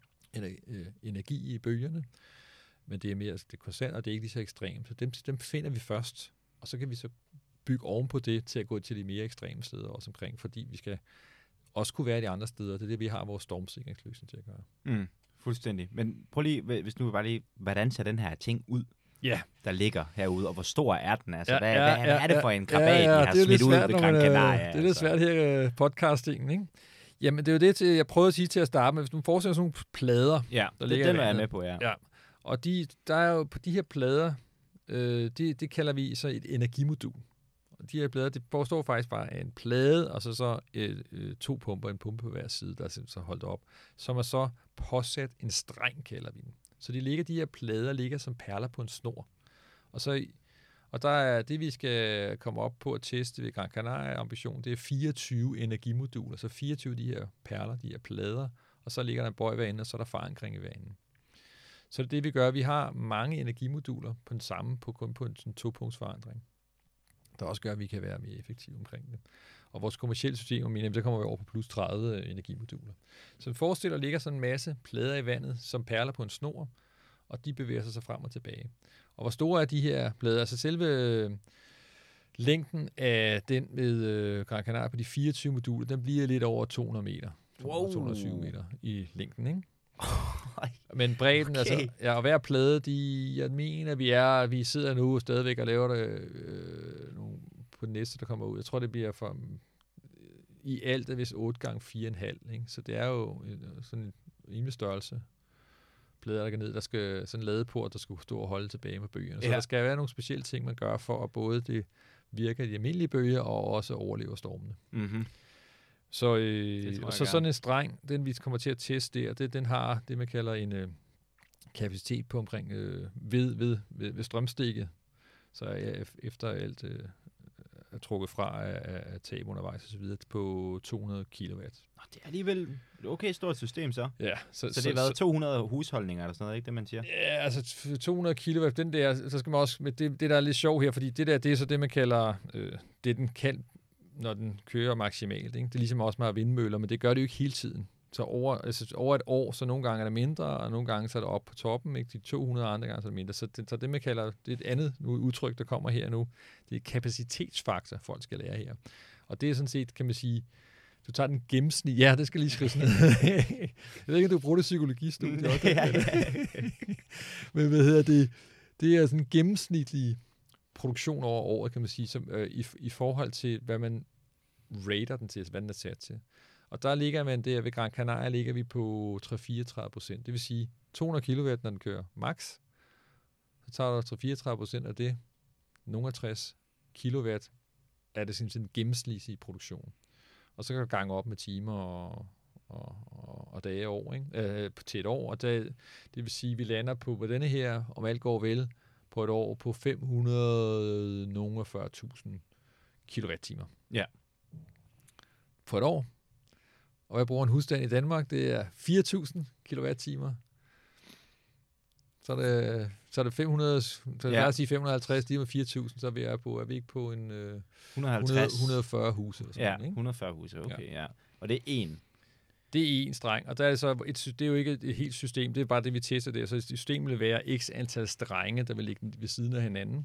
energi i bølgerne, men det er mere det er konstant, og det er ikke lige så ekstremt. Så dem, dem finder vi først, og så kan vi så bygge oven på det til at gå til de mere ekstreme steder også omkring, fordi vi skal også kunne være de andre steder. Det er det, vi har vores stormsikringsløsning til at gøre. Mm, fuldstændig. Men prøv lige, hvis nu bare lige, hvordan ser den her ting ud, yeah. der ligger herude, og hvor stor er den? Altså, ja, hvad, ja, hvad, hvad er det for en krabat, ja, ja, I har smidt ud ved Gran Canaria? Det er lidt svært her, podcastingen, ikke? Jamen, det er jo det, til, jeg prøvede at sige til at starte med. Hvis du forestiller sådan nogle plader, ja, der det, ligger den er jeg med på, ja. ja. Og de, der er jo på de her plader, øh, det, det kalder vi så et energimodul. Og de her plader, det forestår faktisk bare af en plade, og så, så øh, øh, to pumper, en pumpe på hver side, der er så holdt op, som er så påsat en streng, kalder vi den. Så de ligger, de her plader ligger som perler på en snor. Og så Og der er det, vi skal komme op på at teste ved Gran Canaria ambition, det er fireogtyve energimoduler, så fireogtyve af de her perler, de her plader, og så ligger der en bøj hver ende, og så er der forankring i hver ende. Så det er det, vi gør. Vi har mange energimoduler på den samme, på kun på en sådan to-punktsforandring, der også gør, at vi kan være mere effektive omkring det. Og vores kommercielle system, mener vi, der kommer vi over på plus tredive energimoduler. Så forestil dig, der ligger sådan en masse plader i vandet, som perler på en snor, og de bevæger sig så frem og tilbage. Og hvor store er de her plader? Altså selve øh, længden af den med øh, Gran Canaria på de fireogtyve moduler, den bliver lidt over to hundrede meter. Wow. to hundrede og syv meter i længden, ikke? Men bredden, okay. altså, ja, og hver plade, de, jeg mener, vi er, vi sidder nu stadigvæk og laver det øh, nogle, på det næste, der kommer ud. Jeg tror, det bliver for, i alt er vist otte gange fire komma fem, ikke? Så det er jo sådan en rimelig størrelse. Plader, der går ned, der skal sådan en ladeport, der skal stå og holde tilbage med bøgerne. Så ja. Der skal være nogle specielle ting, man gør for at både det virker de almindelige bøger og også overleve stormene. Mm-hmm. Så, øh, og så sådan en streng, den vi kommer til at teste der, det, den har det, man kalder en øh, kapacitet på omkring øh, ved, ved, ved, ved strømstikket. Så ja, efter alt øh, er trukket fra af, af tab undervejs og så videre på to hundrede kilowatt. Nå, det er alligevel et okay stort system så. Ja. Så, så, så det har været to hundrede husholdninger eller sådan noget, ikke det, man siger? Ja, altså to hundrede kilowatt, den der, så skal man også, det, det der er lidt sjovt her, fordi det der, det er så det, man kalder, øh, det den kan, når den kører maksimalt, ikke? Det er ligesom også med vindmøller, men det gør det jo ikke hele tiden. Så over, altså over et år, så nogle gange er det mindre, og nogle gange så er det op på toppen, ikke? De to hundrede andre gange så er det mindre. Så det, så det man kalder, det er et andet udtryk, der kommer her nu, det er kapacitetsfaktor, folk skal lære her. Og det er sådan set, kan man sige, du tager den gennemsnit, ja, det skal lige skrives ned. Jeg ved ikke, om du bruger det psykologistudie. ja, ja. Men hvad hedder det? Det er sådan en gennemsnitlig produktion over året, kan man sige, som, øh, i, i forhold til, hvad man rater den til, altså hvad den er sat til. Og der ligger man der ved Gran Canaria, ligger vi på tre til fireogtredive procent. Det vil sige to hundrede kilowatt, når den kører max. Så tager du tre til fireogtredive procent af det. Nogle af tres kilowatt er det simpelthen gennemsnitlig produktion. Og så kan du gange op med timer og, og, og, og dage år, ikke? Øh, til et år. Og det, det vil sige, at vi lander på, på denne her, om alt går vel, på et år på fem hundrede og fyrre tusind kilowatt-timer. Ja. På et år. Og jeg bruger en husstand i Danmark, det er fire tusind kilowatt-timer. Så er det, så er det fem hundrede, så ja. Lad os sige fem hundrede og halvtreds timer, fire tusind, så er vi, på, er vi ikke på en øh, hundrede og halvtreds. hundrede og fyrre huse. Eller sådan, ja, ikke? hundrede og fyrre huse, okay, ja. ja. Og det er en. Det er en streng, og der er det, så et, det er jo ikke et helt system, det er bare det, vi tester der. Så systemet vil være x antal strenge, der vil ligge ved siden af hinanden.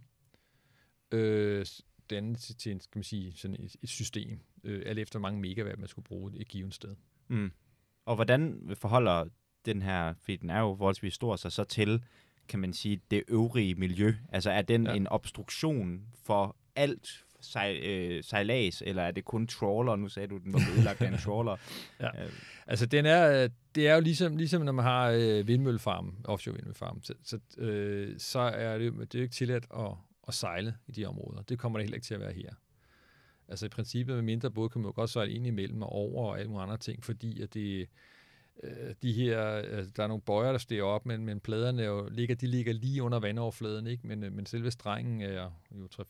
Øh, dannet til, til skal man sige, sådan et, et system, øh, alt efter mange megawatt, man skulle bruge et givet sted. Mm. Og hvordan forholder den her, fordi den er jo forholdsvis stor, så, så til, kan man sige, det øvrige miljø? Altså er den ja. en obstruktion for alt sej, øh, sejlads, eller er det kun trawler? Nu sagde du, den var ødelagt af en trawler. Ja. Øh, Altså, den er, det er jo ligesom, ligesom når man har øh, vindmøllefarm, offshore vindmøllefarm, så, så, øh, så er det, det er jo ikke tilladt at, at sejle i de områder. Det kommer det heller ikke til at være her. Altså i princippet med mindre båd kan man jo godt sejle ind imellem og over og alle mulige andre ting, fordi at det, øh, de her, øh, der er nogle bøjer, der stiger op, men, men pladerne jo, ligger, de ligger lige under vandoverfladen, ikke? Men, men selve strengen er jo tre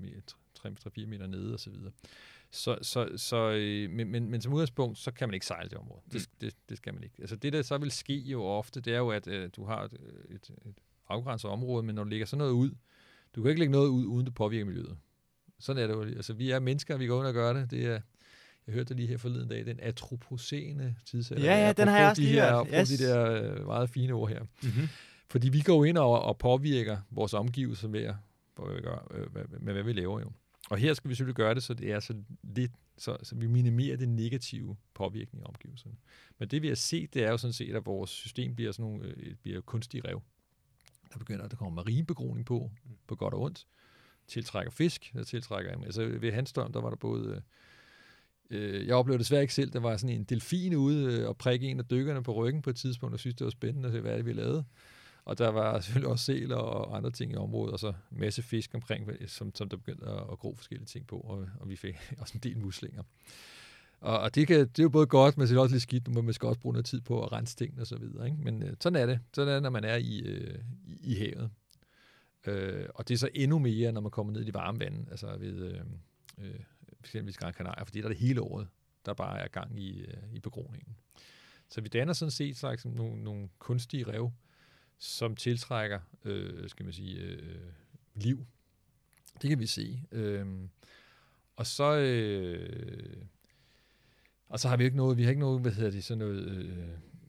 til fire meter nede og så videre. Så, så, så, øh, men, men, men som udgangspunkt, så kan man ikke sejle det område. Det, mm. det, det skal man ikke. Altså det, der så vil ske jo ofte, det er jo, at øh, du har et, et, et afgrænset område, men når du lægger sådan noget ud, du kan ikke lægge noget ud, uden det påvirker miljøet. Sådan er det jo. Altså vi er mennesker, vi går ud og gør det. Det er, jeg hørte det lige her forleden dag, den atropocene tidsalder. Ja, ja, den har jeg også lige hørt. Yes. De der øh, meget fine ord her. Mm-hmm. Fordi vi går ind og, og påvirker vores omgivelser med, hvad vi gør, øh, med, med hvad vi laver jo. Og her skal vi selvfølgelig gøre det, så det er så lidt, så, så vi minimerer det negative påvirkning af omgivelserne. Men det vi har set, det er jo sådan set, at vores system bliver sådan nogle, øh, bliver kunstige rev. Der begynder, der kommer marinebegroning på, på godt og ondt. Tiltrækker fisk, der tiltrækker, altså ved Hanstholm, der var der både, øh, jeg oplevede desværre ikke selv, der var sådan en delfin ude øh, og prikke en af dykkerne på ryggen på et tidspunkt, og synes det var spændende at se, hvad det vi lavede. Og der var selvfølgelig også sæler og andre ting i området, og så en masse fisk omkring, som, som der begyndte at, at gro forskellige ting på, og, og vi fik også en del muslinger. Og, og det, kan, det er jo både godt, men det er også lidt skidt, nu man skal også bruge noget tid på at rense tingene og så videre. Ikke? Men øh, sådan er det. Sådan er det, når man er i, øh, i, i havet. Øh, og det er så endnu mere, når man kommer ned i de varme vande, altså ved øh, øh, eksempelvis Gran Canaria, fordi der er det hele året, der bare er gang i, øh, i begroningen. Så vi danner sådan set slags nogle, nogle kunstige rev, som tiltrækker, øh, skal man sige, øh, liv. Det kan vi se. Øh, og så øh, og så har vi ikke noget, vi har ikke noget, hvad hedder det, sådan noget, øh,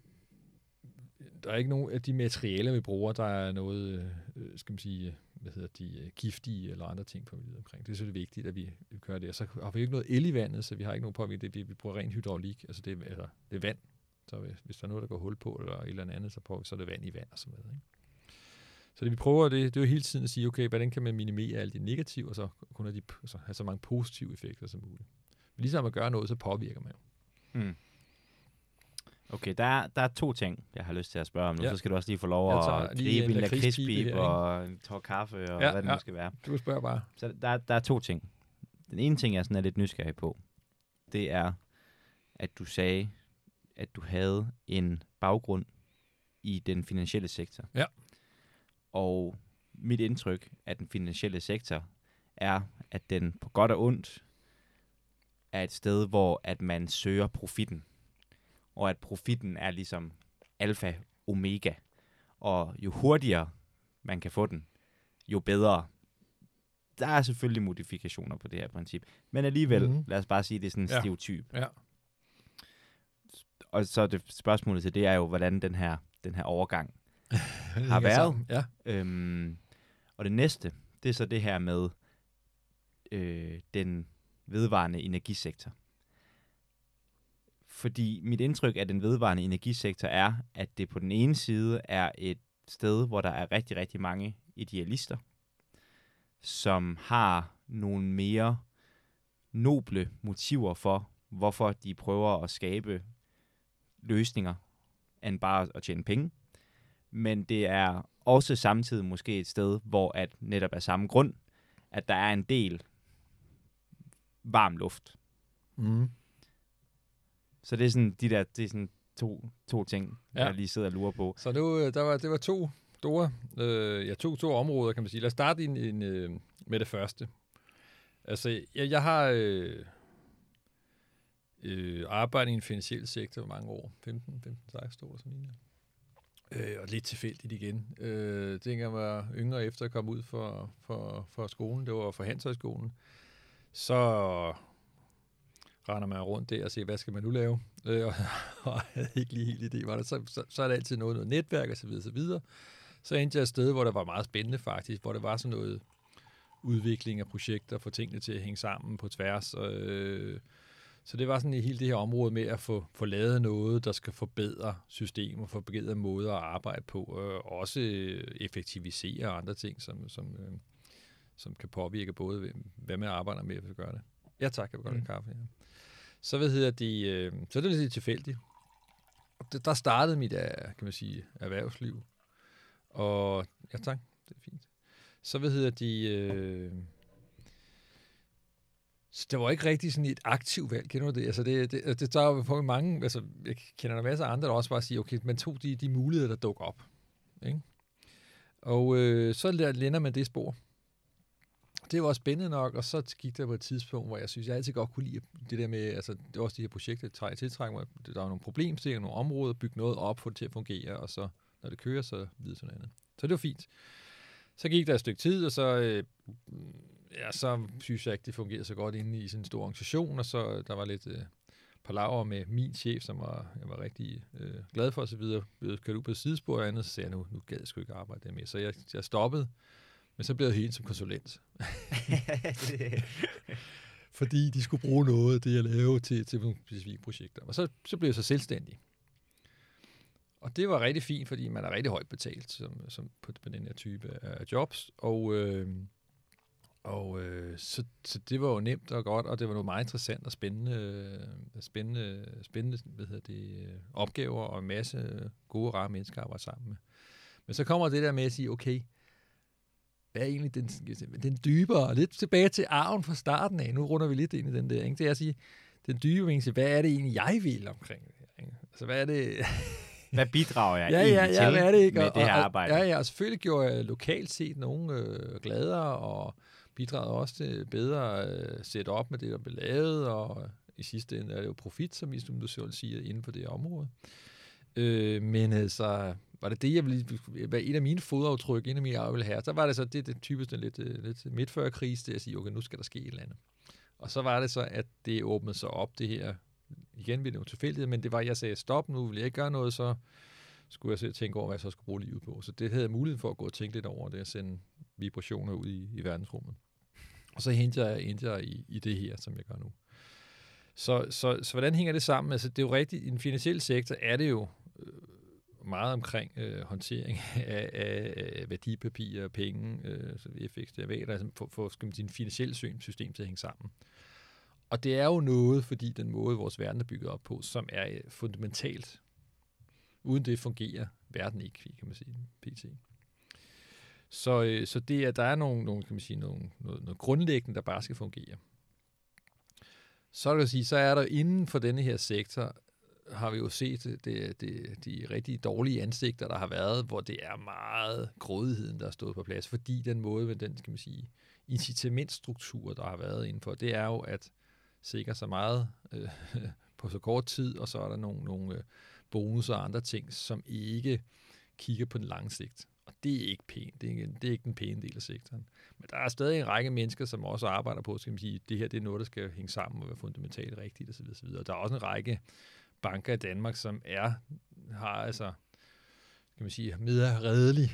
der er ikke nogen af de materialer, vi bruger, der er noget, øh, skal man sige, hvad hedder de, giftige eller andre ting på miljøet omkring. Det er selvfølgelig vigtigt, at vi gør det. Og så har vi ikke noget el i vandet, så vi har ikke nogen påvirkning. Vi, vi bruger ren hydraulik, altså det, altså det er vand. Så hvis der er noget, der går hul på, eller et eller andet, så, på, så er det vand i vand og sådan noget. Ikke? Så det vi prøver, det, det er jo hele tiden at sige, okay, hvordan kan man minimere alle de negative, og så kun have, de, så have så mange positive effekter som muligt. Men ligesom at gøre noget, så påvirker man jo. Mm. Okay, der er, der er to ting, jeg har lyst til at spørge om nu. Ja. Så skal du også lige få lov at gribe en lakridspip og en tår kaffe og ja, hvad det ja. nu skal være. Du spørger bare. Så der, der er to ting. Den ene ting, jeg sådan er lidt nysgerrig på, det er, at du sagde, at du havde en baggrund i den finansielle sektor. Ja. Og mit indtryk af den finansielle sektor er, at den på godt og ondt er et sted, hvor at man søger profitten. Og at profitten er ligesom alfa omega. Og jo hurtigere man kan få den, jo bedre. Der er selvfølgelig modifikationer på det her princip. Men alligevel, mm-hmm. lad os bare sige, det er sådan en ja. stereotyp. Ja. Og så det spørgsmålet til det er jo, hvordan den her, den her overgang har været. Ja. Øhm, og det næste, det er så det her med øh, den vedvarende energisektor. Fordi mit indtryk af den vedvarende energisektor er, at det på den ene side er et sted, hvor der er rigtig, rigtig mange idealister, som har nogle mere noble motiver for, hvorfor de prøver at skabe løsninger, end bare at tjene penge. Men det er også samtidig måske et sted, hvor at netop af samme grund, at der er en del varm luft. Mm. Så det er sådan de der, det er sådan to, to ting, ja. jeg lige sidder og lurer på. Så nu, der var, det var to store, øh, ja, to, to områder, kan man sige. Lad os starte en, en, øh, med det første. Altså, jeg, jeg har øh, øh, arbejdet i en finansiel sektor i mange år. femten, femten, seksten år, sådan en. Øh, og lidt tilfældigt igen. Øh, det jeg var yngre efter at komme ud for, for, for skolen, det var for Handelshøjskolen. Så render man rundt der og siger, hvad skal man nu lave? Øh, og, og jeg havde ikke lige helt idé, var det. Så, så, så er der altid noget, noget netværk og så videre, så videre. Så endte jeg et sted, hvor der var meget spændende faktisk, hvor det var sådan noget udvikling af projekter, få tingene til at hænge sammen på tværs. Øh, så det var sådan i hele det her område med at få, få lavet noget, der skal forbedre systemer, forbedre måder at arbejde på, og også effektivisere andre ting, som, som, øh, som kan påvirke både, hvad man arbejder med, hvis vi gør det. Ja tak, jeg vil godt have Mm. kaffe. Ja. Så hvad hedder det, øh, så er det lidt tilfældigt. Og der startede mit, kan man sige, erhvervsliv. Og ja tak, det er fint. Så hvad hedder de... Øh, så det var ikke rigtig sådan et aktivt valg, kender du det? Altså det, det, det tager jo for mange, altså jeg kender en masse andre, der også bare siger, okay, man tog de, de muligheder, der dukker op. Ikke? Og øh, så lænder man det spor. Det var også spændende nok, og så gik der på et tidspunkt, hvor jeg synes, jeg altid godt kunne lide det der med, altså det var også de her projekter, der trækker tiltrækker mig. Der var nogle problemstillinger, nogle områder, bygge noget op, få det til at fungere, og så når det kører, så videre sådan noget andet. Så det var fint. Så gik der et stykke tid, og så, øh, ja, så synes jeg ikke, det fungerede så godt inde i sådan en stor organisation, og så der var lidt øh, palaver med min chef, som var, jeg var rigtig øh, glad for, og så videre. Jeg kørte ud på et sidespor og andet, så sagde jeg, nu, nu gad jeg sgu ikke arbejde der mere. Så jeg, jeg stoppede, men så blev jeg helt som konsulent. Fordi de skulle bruge noget af det, jeg lavede til, til nogle specifikke projekter. Og så, så blev jeg så selvstændig. Og det var rigtig fint, fordi man er rigtig højt betalt som, som på, på den her type af jobs. Og, øh, og øh, så, så det var jo nemt og godt, og det var noget meget interessant og spændende, spændende, spændende hvad hedder det, opgaver og en masse gode, rare mennesker at arbejde sammen med. Men så kommer det der med at sige, okay, hvad er egentlig den, den dybere, lidt tilbage til arven fra starten af, nu runder vi lidt ind i den der, ikke? Det er at sige, den dybe ting, hvad er det egentlig, jeg vil omkring det her? Ikke? Altså, hvad er det... Hvad bidrager jeg ja, egentlig ja, ja, til hvad er det, ikke? med Og, det her og, arbejde? Ja, ja, og selvfølgelig gjorde jeg lokalt set nogen øh, gladere, og bidragede også til bedre øh, setup med det, der blev lavet, og i sidste ende er det jo profit, som du selv siger, inden for det område. Øh, men altså, var det det, jeg ville, var en af mine fodaftryk, en af mine arve ville have, så var det så det, det typisk lidt, lidt midt før krise, det at sige, okay, nu skal der ske et eller andet. Og så var det så, at det åbnede sig op, det her, igen ved det jo tilfældighed, men det var, jeg sagde, stop, nu vil jeg ikke gøre noget, så skulle jeg selv tænke over, hvad jeg så skulle bruge livet på. Så det havde jeg mulighed for at gå og tænke lidt over det, at sende vibrationer ud i, i verdensrummet. Og så henter jeg, henter jeg i, i det her, som jeg gør nu. Så, så, så hvordan hænger det sammen? Altså, det er jo rigtigt, i den finansielle sektor er det jo øh, meget omkring øh, håndtering af, af værdipapirer, penge, øh, så F X, derivater, altså for, for skal man sige, en finansiel system til at hænge sammen. Og det er jo noget, fordi den måde, vores verden er bygget op på, som er fundamentalt. Uden det fungerer verden ikke, kan man sige, P T. Så, øh, så det er, der er nogle, nogle, kan man sige, nogle, noget, noget grundlæggende, der bare skal fungere. Så kan jeg sige, så er der inden for denne her sektor, har vi jo set det, det, de rigtig dårlige ansigter, der har været, hvor det er meget grådigheden, der er stået på plads, fordi den måde, med den, skal man sige, incitamentstruktur, der har været indenfor, det er jo at sikre så meget øh, på så kort tid, og så er der nogle, nogle øh, bonusser og andre ting, som ikke kigger på den lange sigt. Og det er ikke pænt. Det er ikke, det er ikke den pæne del af sektoren. Men der er stadig en række mennesker, som også arbejder på, skal man sige, det her det er noget, der skal hænge sammen og være fundamentalt rigtigt osv. osv. Og der er også en række banker i Danmark, som er, har altså, kan man sige, mere redelig,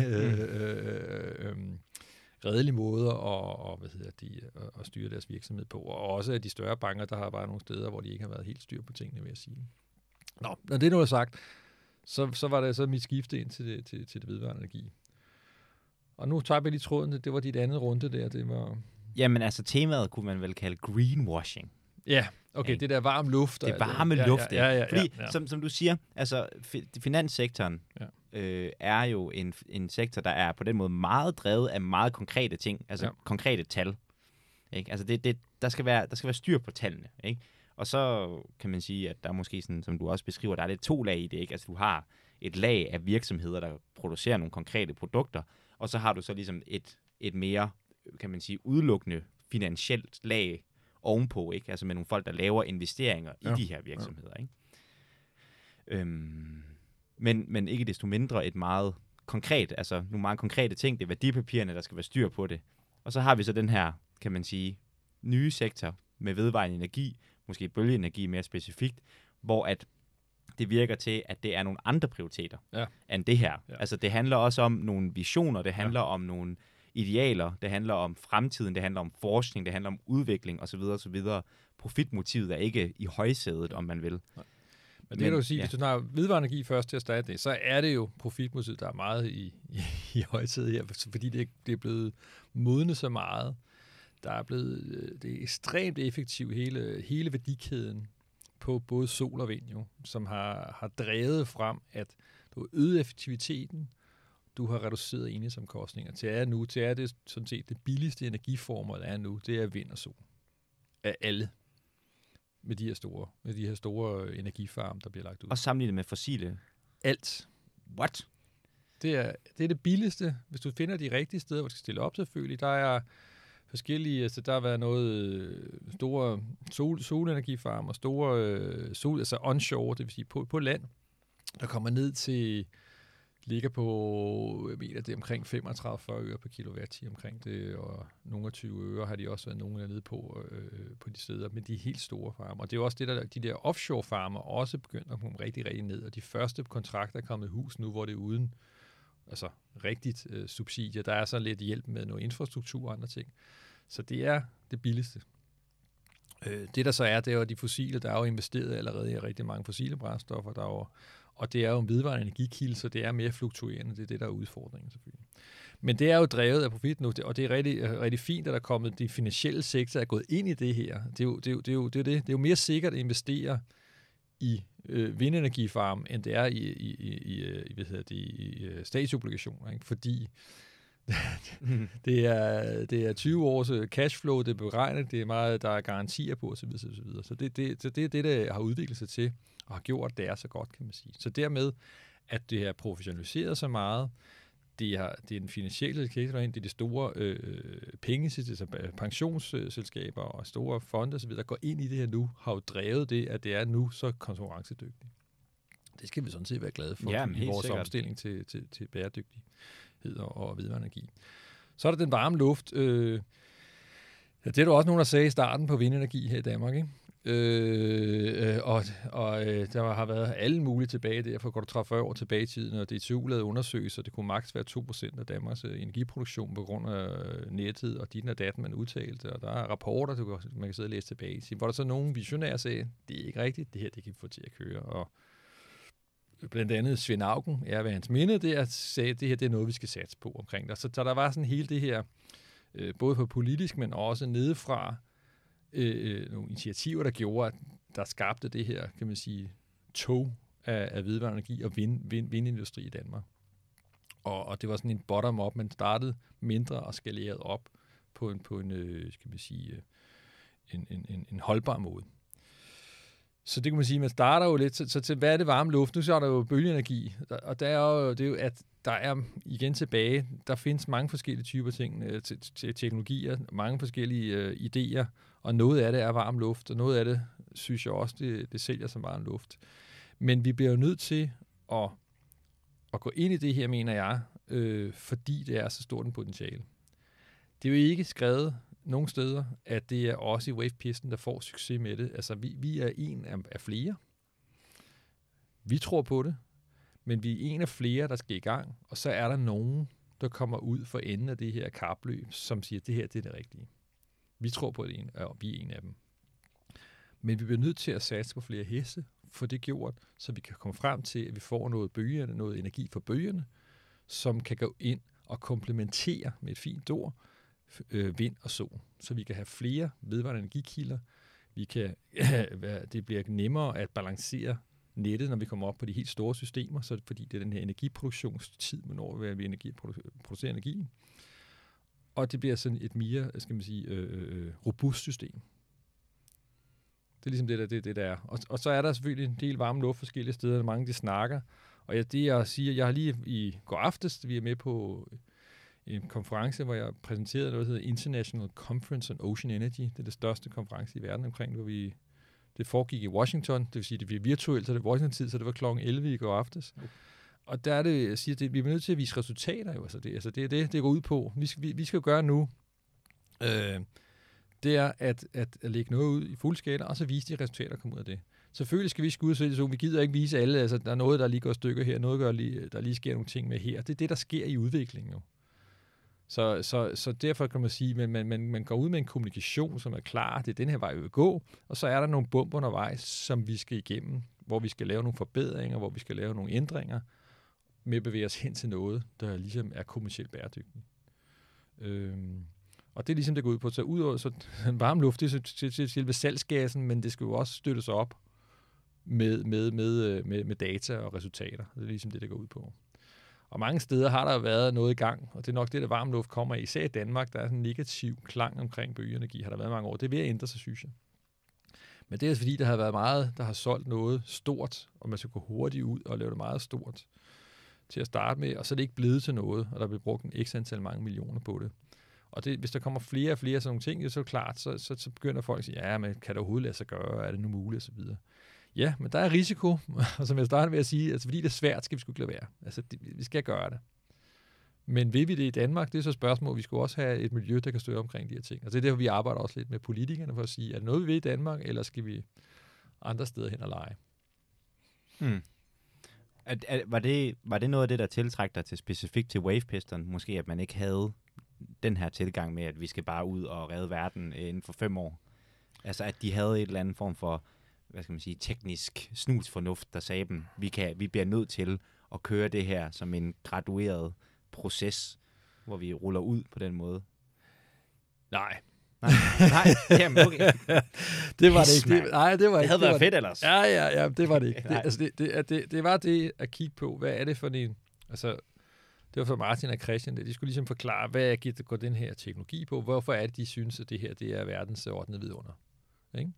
mm. redelige måder at, og, hvad hedder de, at styre deres virksomhed på. Og også af de større banker, der har bare nogle steder, hvor de ikke har været helt styr på tingene, vil jeg sige. Nå, når det nu er sagt, så, så var det så mit skifte ind til det, til, til det vedvarende energi. Og nu tager jeg lige tråden, det var dit andet runde der, det var... Jamen altså, temaet kunne man vel kalde greenwashing. Ja, okay, ja. Det der varme luft. Det varme ja, luft, ja. ja, ja Fordi, ja, ja. Som, som du siger, altså finanssektoren ja. øh, er jo en, en sektor, der er på den måde meget drevet af meget konkrete ting, altså ja. konkrete tal. Ikke? Altså det, det, der, skal være, der skal være styr på tallene, ikke? Og så kan man sige, at der er måske, sådan, som du også beskriver, der er lidt to lag i det, ikke? Altså du har et lag af virksomheder, der producerer nogle konkrete produkter, og så har du så ligesom et, et mere, kan man sige, udelukkende finansielt lag ovenpå, ikke? Altså med nogle folk, der laver investeringer ja. i de her virksomheder, ja. Ikke? Øhm, men, men ikke desto mindre et meget konkret, altså nogle meget konkrete ting, det er værdipapirerne, der skal være styr på det. Og så har vi så den her, kan man sige, nye sektor med vedvarende energi, måske bølgeenergi mere specifikt, hvor at det virker til, at det er nogle andre prioriteter ja. end det her. Ja. Altså det handler også om nogle visioner, det handler ja. om nogle idealer, det handler om fremtiden, det handler om forskning, det handler om udvikling osv. osv. Profitmotivet er ikke i højsædet, om man vil. Nej. Men det kan du sige, ja. Hvis du har vedvarende energi først til at starte det, så er det jo profitmotivet, der er meget i, i, i højtid her, fordi det, det er blevet modnet så meget. Der er blevet, det er ekstremt effektivt, hele, hele værdikæden på både sol og vind, jo, som har, har drevet frem, at du har øget effektiviteten, du har reduceret enhedsomkostninger. Til er nu, til er det sådan set det billigste energiformer, der er nu, det er vind og sol. Af alle. Med de her store, med de her store energifarme, der bliver lagt ud. Og sammenlignet med fossile? Alt. What? Det er, det er det billigste, hvis du finder de rigtige steder, hvor du skal stille op selvfølgelig. Der er forskellige, altså der har været noget store sol, solenergifarmer, store øh, sol, altså onshore, det vil sige på, på land, der kommer ned til, ligger på, jeg mener, det er omkring femogtredive til fyrre øre per kilowatt-time omkring det, og nogle af tyve øre har de også været nogle nede på, øh, på de steder, men de er helt store farmer. Og det er jo også det, der de der offshore-farmer også begyndt at komme rigtig, rigtig ned, og de første kontrakter er kommet i hus nu, hvor det er uden altså rigtigt øh, subsidier. Der er så lidt hjælp med noget infrastruktur og andre ting. Så det er det billigste. Øh, det der så er, det er jo de fossile, der er jo investeret allerede i rigtig mange fossile brændstoffer, der er jo, og det er jo en vedvarende energikilde, så det er mere fluktuerende. Det er det, der er udfordringen selvfølgelig. Men det er jo drevet af profit nu, og det er rigtig, rigtig fint, at der er kommet, de finansielle sektor er gået ind i det her. Det er jo det, er jo, det, er jo, det, er det. Det er jo mere sikkert at investere i øh, vindenergifarm, end det er i, i, i, i, hvad hedder det, i statsobligationer, ikke? Fordi det, er, det er tyve års cashflow, det er beregnet, det er meget, der er garantier på osv. Så, videre. Så det, det, så det er det, der har udviklet sig til, og har gjort, det er så godt, kan man sige. Så dermed, at det er professionaliseret så meget, det er, det er den finansielle sektor ind, det er de store øh, penge, altså pensionsselskaber og store fonde osv., der går ind i det her nu, har jo drevet det, at det er nu så konkurrencedygtigt. Det skal vi sådan set være glade for, ja, i vores sikkert. omstilling til, til, til bæredygtighed og, og vedvarende energi. Så er der den varme luft. Øh, ja, det er der også nogen, der sagde i starten på vindenergi her i Danmark, ikke? Øh, og og øh, der har været alle mulige tilbage derfor går du tredive fyrre år tilbage i tiden, og D T U lavede undersøgelser, det kunne maks være to procent af Danmarks energiproduktion på grund af nettet, og dit og datten, man udtalte, og der er rapporter, du kan, man kan sidde og læse tilbage i, hvor der så nogle visionærer sagde, det er ikke rigtigt, det her det kan vi få til at køre, og blandt andet Svend Auken, er ved hans minde, det er, sagde, det her det er noget, vi skal satse på omkring det. Så, så der var sådan hele det her, øh, både på politisk, men også nedefra, Øh, nogle initiativer, der gjorde, at der skabte det her, kan man sige, tog af, af vedvarende energi og vind, vind, vindindustri i Danmark. Og, og det var sådan en bottom-up, man startede mindre og skalerede op på en, på en øh, skal man sige, en, en, en, en holdbar måde. Så det kan man sige, man starter jo lidt, så, så til hvad er det varme luft? Nu så er der jo bølgeenergi, og der er jo, det er jo, at der er igen tilbage, der findes mange forskellige typer ting, øh, til, til teknologier, mange forskellige øh, idéer, og noget af det er varm luft, og noget af det, synes jeg også, det, det sælger som varm luft. Men vi bliver jo nødt til at, at gå ind i det her, mener jeg, øh, fordi det er så stort en potentiale. Det er jo ikke skrevet nogle steder, at det er også i Wave-pisten, der får succes med det. Altså, vi, vi er en af, af flere. Vi tror på det, men vi er en af flere, der skal i gang, og så er der nogen, der kommer ud for enden af det her kapløb, som siger, at det her det er det rigtige. Vi tror på det, og vi er en af dem. Men vi bliver nødt til at satse på flere heste, for det gjort, så vi kan komme frem til, at vi får noget bølgerne, noget energi for bølgerne, som kan gå ind og komplementere med et fint ord, øh, vind og sol. Så vi kan have flere vedvarende energikilder. Vi kan, det bliver nemmere at balancere nettet, når vi kommer op på de helt store systemer, så fordi det er den her energiproduktionstid, hvornår vi energi, producerer energi. Og det bliver sådan et mere, skal man sige, øh, robust system. Det er ligesom det, der, det, det der er. Og, og så er der selvfølgelig en del varme luft forskellige steder, mange de snakker. Og jeg, det jeg siger, jeg har lige i går aftes, vi er med på en konference, hvor jeg præsenterede noget, der hedder International Conference on Ocean Energy. Det er det største konference i verden omkring, hvor vi, det foregik i Washington, det vil sige, det bliver virtuelt, så det er Washington-tid, så det var klokken elleve i går aftes. Okay. Og der er det, jeg siger, det, vi er nødt til at vise resultater jo, altså det, altså det er det, det går ud på. Vi skal, vi, vi skal gøre nu, øh, det er at, at, at lægge noget ud i fuld skala, og så vise de resultater, der kommer ud af det. Selvfølgelig skal vi skulle ud og så vi gider ikke vise alle, altså der er noget, der lige går stykker her, noget, der lige, der lige sker nogle ting med her. Det er det, der sker i udviklingen jo. Så, så, så derfor kan man sige, at man, man, man går ud med en kommunikation, som er klar, det er den her vej, vi vil gå, og så er der nogle bump undervejs, som vi skal igennem hvor vi skal lave nogle forbedringer, hvor vi skal lave nogle ændringer, med at bevæge os hen til noget, der ligesom er kommercielt bæredygtigt. Øhm, og det er ligesom det går ud på. Så udover så varm luft, det er til, til selve salgsgassen, men det skal jo også støttes op med, med, med, med, med data og resultater. Det er ligesom det, det går ud på. Og mange steder har der været noget i gang, og det er nok det, der varm luft kommer af. Især i Danmark, der er sådan en negativ klang omkring bølgeenergi, har der været mange år. Det er ved at ændre sig, synes jeg. Men det er fordi, der har været meget, der har solgt noget stort, og man skal gå hurtigt ud og lave det meget stort til at starte med, og så er det ikke blevet til noget, og der bliver brugt en x antal mange millioner på det. Og det, hvis der kommer flere og flere sådan nogle ting, så er det klart, så, så, så begynder folk at sige, ja, men kan det overhovedet lade sig gøre? Er det nu muligt? Og så videre. Ja, men der er risiko, og som jeg startede med at sige, altså fordi det er svært, skal vi sgu ikke lade være. Altså, det, vi skal gøre det. Men vil vi det i Danmark? Det er så spørgsmål. Vi skal også have et miljø, der kan støtte omkring de her ting. Og det er derfor, vi arbejder også lidt med politikerne for at sige, er det noget, vi vil i Danmark, eller skal vi andre steder hen og lege? Hmm. At, at, var, det, var det noget af det, der tiltrækker dig til specifikt til Wave-Piston? Måske, at man ikke havde den her tilgang med, at vi skal bare ud og redde verden inden for fem år? Altså, at de havde et eller andet form for, hvad skal man sige, teknisk snusfornuft, der sagde dem, vi, kan, vi bliver nødt til at køre det her som en gradueret proces, hvor vi ruller ud på den måde. Nej. Nej, nej, jamen okay. Det var det ikke. Det, nej, det var det ikke. havde Det været var fedt det. ellers. Ja, ja, ja, det var det ikke. Det, altså, det, det, det, det var det at kigge på, hvad er det for en, altså, det var for Martin og Christian, de skulle ligesom forklare, hvad går den her teknologi på, hvorfor er det, de synes, at det her, det er verdens ottende vidunder. Ikke?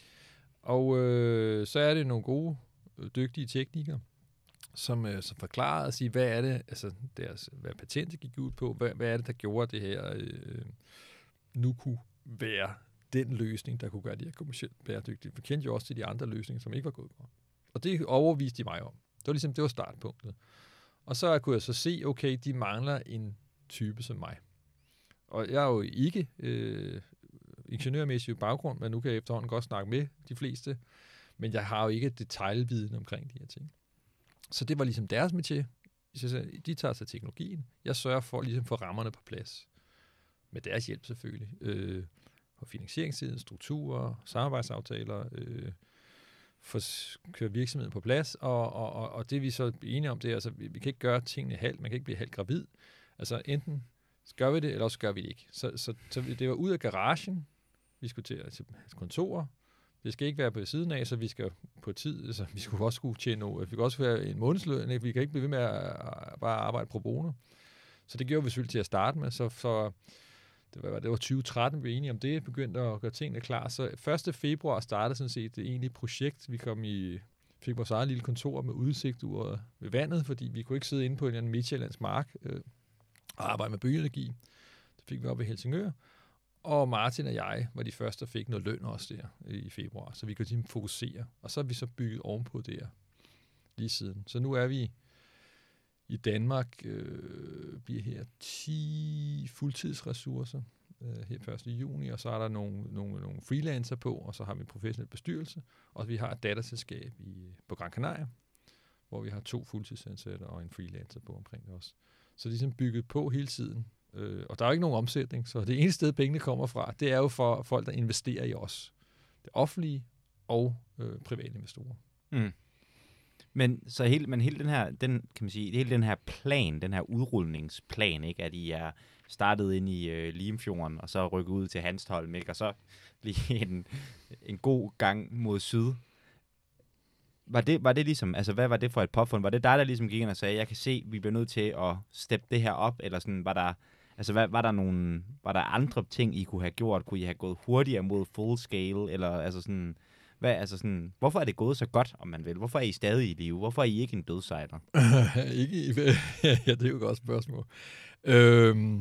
Og øh, så er det nogle gode, dygtige teknikere, som, øh, som forklarer og siger, hvad er det, altså deres, hvad patentet gik ud på, hvad, hvad er det, der gjorde det her, øh, nu kunne være den løsning, der kunne gøre det her kommercielt bæredygtigt. Vi kendte jo også til de andre løsninger, som ikke var gået godt. Og det overviste de mig om. Det var ligesom, det var startpunktet. Og så kunne jeg så se, okay, de mangler en type som mig. Og jeg er jo ikke øh, ingeniørmæssig baggrund, men nu kan jeg efterhånden godt snakke med de fleste, men jeg har jo ikke detaljviden omkring de her ting. Så det var ligesom deres metier. De tager sig teknologien. Jeg sørger for ligesom at få rammerne på plads. Med deres hjælp selvfølgelig. Øh, på finansieringssiden, strukturer, samarbejdsaftaler, øh, for at køre virksomheden på plads, og, og, og, og det vi så er enige om, det er, altså, vi, vi kan ikke gøre tingene halvt, man kan ikke blive halvt gravid. Altså enten gør vi det, eller også gør vi det ikke. Så, så, så det var ud af garagen, vi skulle til, til kontorer, det skal ikke være på siden af, så vi skal på tid, altså vi skulle også skulle tjene noget, vi kan også være en månedsløn, vi kan ikke blive ved med at bare arbejde pro bono. Så det gjorde vi selvfølgelig til at starte med, så for Det var, det var tyve tretten, vi var enige om det, begyndte at gøre tingene klar. Så første februar startede sådan set det egentlige projekt. Vi kom i, fik vores eget lille kontor med udsigt ud ved vandet, fordi vi kunne ikke sidde inde på en eller anden midtjyllandsk mark øh, og arbejde med bølgeenergi. Det fik vi op i Helsingør. Og Martin og jeg var de første, der fik noget løn også der i februar, så vi kunne ligesom fokusere. Og så har vi så bygget ovenpå der lige siden. Så nu er vi i Danmark, øh, bliver her ti fuldtidsressourcer øh, her første juni, og så er der nogle, nogle, nogle freelancer på, og så har vi en professionel bestyrelse, og vi har et datterselskab i, på Gran Canaria, hvor vi har to fuldtidsansatte og en freelancer på omkring os. Så det er ligesom bygget på hele tiden. Øh, og der er jo ikke nogen omsætning, så det eneste sted, pengene kommer fra, det er jo for folk, der investerer i os. Det offentlige og øh, private investorer. Mm. Men så hele, men hele den her, den, kan man sige, hele den her plan, den her udrulningsplan, ikke, at I er startet ind i øh, Limfjorden, og så rykket ud til Hanstholm, ikke, og så lige en, en god gang mod syd. Var det, var det ligesom, altså hvad var det for et påfund? Var det dig, der ligesom gik ind og sagde, jeg kan se, vi bliver nødt til at steppe det her op, eller sådan, var der, altså hvad, var der nogle, var der andre ting, I kunne have gjort? Kunne I have gået hurtigere mod full scale, eller altså sådan, hvad, altså sådan, hvorfor er det gået så godt, om man vil? Hvorfor er I stadig i live? Hvorfor er I ikke en dødsejler? ikke i, ja, det er jo et godt spørgsmål. Øhm,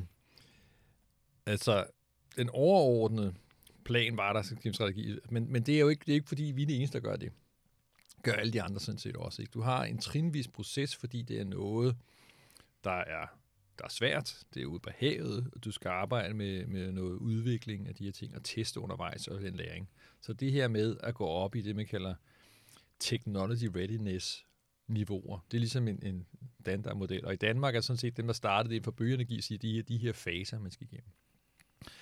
altså, den overordnede plan var der som strategi, men, men det er jo ikke, det er ikke, fordi vi er det eneste, der gør det. Gør alle de andre sådan set også. Ikke? Du har en trinvis proces, fordi det er noget, der er, der er svært. Det er ude på havet, og du skal arbejde med, med noget udvikling af de her ting, og teste undervejs og den læring. Så det her med at gå op i det, man kalder technology readiness niveauer, det er ligesom en, en standardmodel. Og i Danmark er sådan set dem, der startede det for bølgeenergi, siger, de, de her faser, man skal igennem.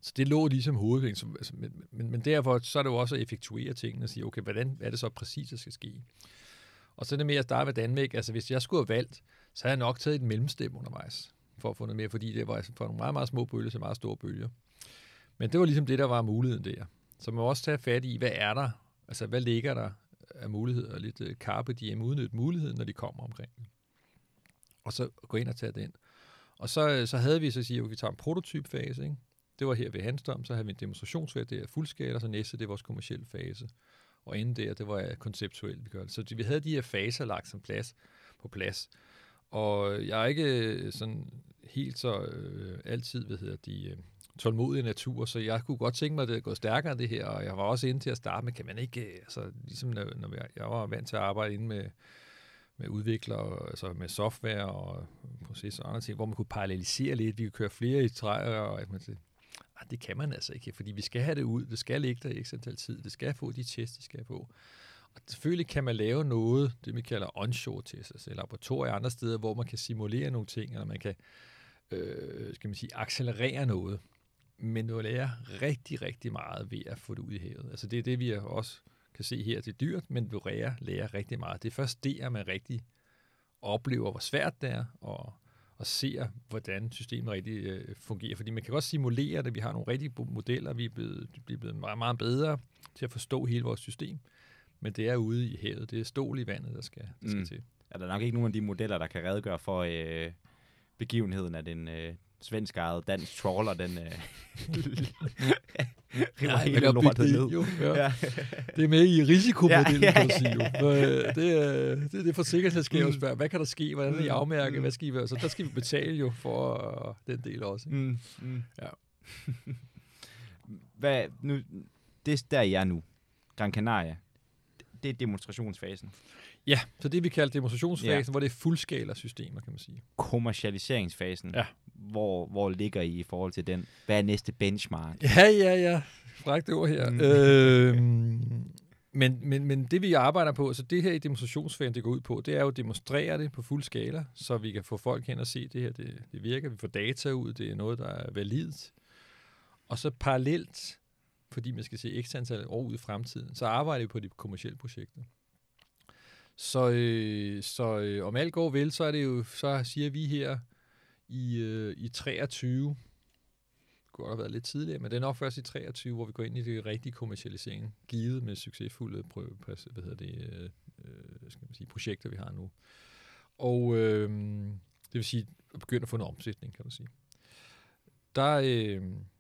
Så det lå ligesom hovedpenge. Altså, men, men, men derfor så er det jo også at effektuere tingene og sige, okay, hvordan er det så præcis, der skal ske? Og så er det med at starte med Danmæk. Altså, hvis jeg skulle have valgt, så havde jeg nok taget et mellemstep undervejs, for at få noget mere, fordi det var fra nogle meget, meget små bølger til meget store bølger. Men det var ligesom det, der var muligheden der. Så man må også tage fat i, hvad er der? Altså, hvad ligger der af muligheder? Lidt uh, carpe diem, udnytte muligheden, når de kommer omkring. Og så gå ind og tage den. Og så, så havde vi så sige, at vi tager en prototypfase, ikke? Det var her ved Hanstholm, så havde vi en demonstrationsfase, det er fuldskala, og så næste, det er vores kommercielle fase. Og inden der, det var konceptuelt, vi gør det. Så vi havde de her faser lagt som plads, på plads. Og jeg er ikke sådan helt så øh, altid, hvad hedder de, øh, tålmodige natur, så jeg kunne godt tænke mig, at det gå stærkere det her, og jeg var også inde til at starte med, kan man ikke, altså ligesom når, når jeg, jeg var vant til at arbejde inde med, med udviklere, altså med software og processer og andre ting, hvor man kunne parallelisere lidt, vi kunne køre flere i træer, og at man siger, det kan man altså ikke, fordi vi skal have det ud, det skal ligge der i ikke antal tid, det skal få de tests, de skal få. Og selvfølgelig kan man lave noget, det vi kalder onshore tests, altså laboratorier andre steder, hvor man kan simulere nogle ting, eller man kan, øh, skal man sige, accelerere noget. Men du lærer rigtig, rigtig meget ved at få det ud i havet. Altså det er det, vi også kan se her, det er dyrt, men du lærer, lærer rigtig meget. Det er først det, at man rigtig oplever, hvor svært det er, og og ser, hvordan systemet rigtig øh, fungerer. Fordi man kan godt simulere det. Vi har nogle rigtige modeller. Vi er blevet, vi er blevet meget, meget bedre til at forstå hele vores system. Men det er ude i havet. Det er stål i vandet, der skal, der skal mm. til. Er der nok ikke nogen af de modeller, der kan redegøre for øh, begivenheden af den øh, svensk-ejede dansk trawler, den øh, river hele lortet ned. Jo, ja. Ja. Det er med i risikomodellen, ja, ja, ja, kan du sige. Jo. Det er det, det forsikringsselskabet spørger, hvad kan der ske, hvordan er I afmærke, hvad skal I, så der skal vi betale jo for uh, den del også. Mm, mm. Ja. Hvad, nu, det der I er nu, Gran Canaria, det er demonstrationsfasen. Ja, så det vi kalder demonstrationsfasen, ja. Hvor det er fuldskala systemer, kan man sige. Kommercialiseringsfasen, ja. hvor, hvor ligger I i forhold til den? Hvad er næste benchmark? Ja, ja, ja. Frækt ord her. Mm. øhm, men, men, men det vi arbejder på, så det her i demonstrationsfasen, det går ud på, det er jo at demonstrere det på fuld skala, så vi kan få folk hen og se, det her det, det virker. Vi får data ud, det er noget, der er validt. Og så parallelt, fordi man skal se ekstra antal år ud i fremtiden, så arbejder vi på de kommercielle projekter. Så, øh, så øh, om alt går vel, så er det jo, så siger vi her i, øh, i treogtyve, det kunne have været lidt tidligere, men det er nok først i treogtyve, hvor vi går ind i det rigtige kommercialisering, givet med succesfulde prøve, hvad hedder det, øh, skal man sige, projekter, vi har nu. Og øh, det vil sige, at begynde at få en omsætning, kan du sige. Der øh,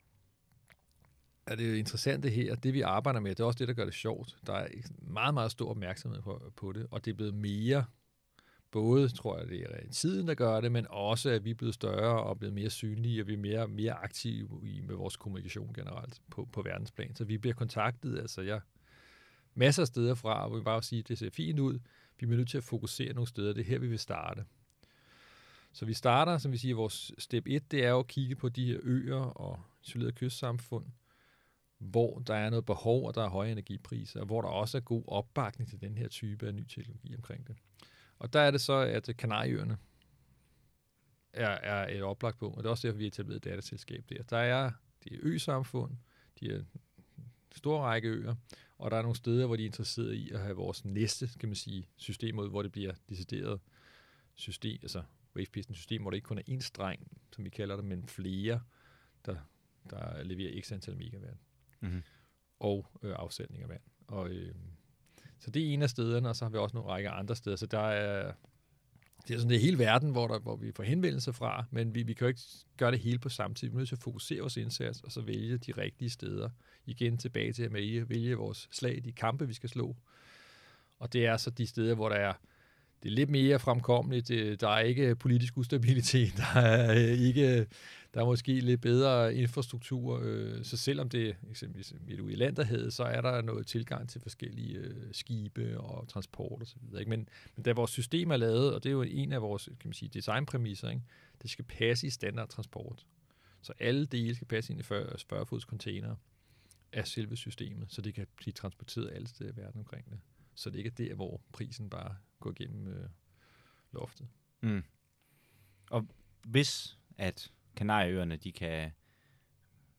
er det jo interessant det her, det vi arbejder med, det er også det, der gør det sjovt. Der er meget, meget stor opmærksomhed på, på det, og det er blevet mere, både tror jeg, det er tiden, der gør det, men også, at vi er blevet større og blevet mere synlige, og vi er mere, mere aktive i, med vores kommunikation generelt på, på verdensplan. Så vi bliver kontaktet, altså jeg, masser af steder fra, hvor vi bare siger, det ser fint ud, vi er nødt til at fokusere nogle steder, det er her, vi vil starte. Så vi starter, som vi siger, vores step et, det er jo at kigge på de her øer og isolerede kystsamfund, hvor der er noget behov, og der er høje energipriser, og hvor der også er god opbakning til den her type af ny teknologi omkring det. Og der er det så, at Kanarieøerne er, er et oplagt punkt, og det er også derfor, vi har etableret et dataselskab der. Der er de ø-samfund, de er en stor række øer, og der er nogle steder, hvor de er interesseret i at have vores næste, kan man sige, system ud, hvor det bliver decideret system, altså wave-piston-system, hvor det ikke kun er én streng, som vi kalder det, men flere, der, der leverer x antal megawatt. Mm-hmm. Og øh, afsætning af vand. Og, øh, så det er en af stederne, og så har vi også nogle række andre steder. Så der er, det er sådan det er hele verden, hvor, der, hvor vi får henvendelser fra, men vi, vi kan jo ikke gøre det hele på samme tid. Vi er nødt til at fokusere vores indsats, og så vælge de rigtige steder. Igen tilbage til at vælge vores slag, de kampe, vi skal slå. Og det er så de steder, hvor der er det er lidt mere fremkommeligt. Der er ikke politisk ustabilitet. Der er ikke, der er måske lidt bedre infrastruktur. Så selvom det eksempelvis midt ude i Landerhavet, så er der noget tilgang til forskellige skibe og transport og så videre. Men, men da vores system er lavet, og det er jo en af vores, kan man sige, designpræmisser, ikke? Det skal passe i standardtransport. Så alle dele skal passe ind i fyrre fods container af selve systemet, så det kan blive transporteret alle steder i verden omkring det. Så det ikke er der, hvor prisen bare går igennem øh, loftet. Mm. Og hvis at Kanarieøerne, de kan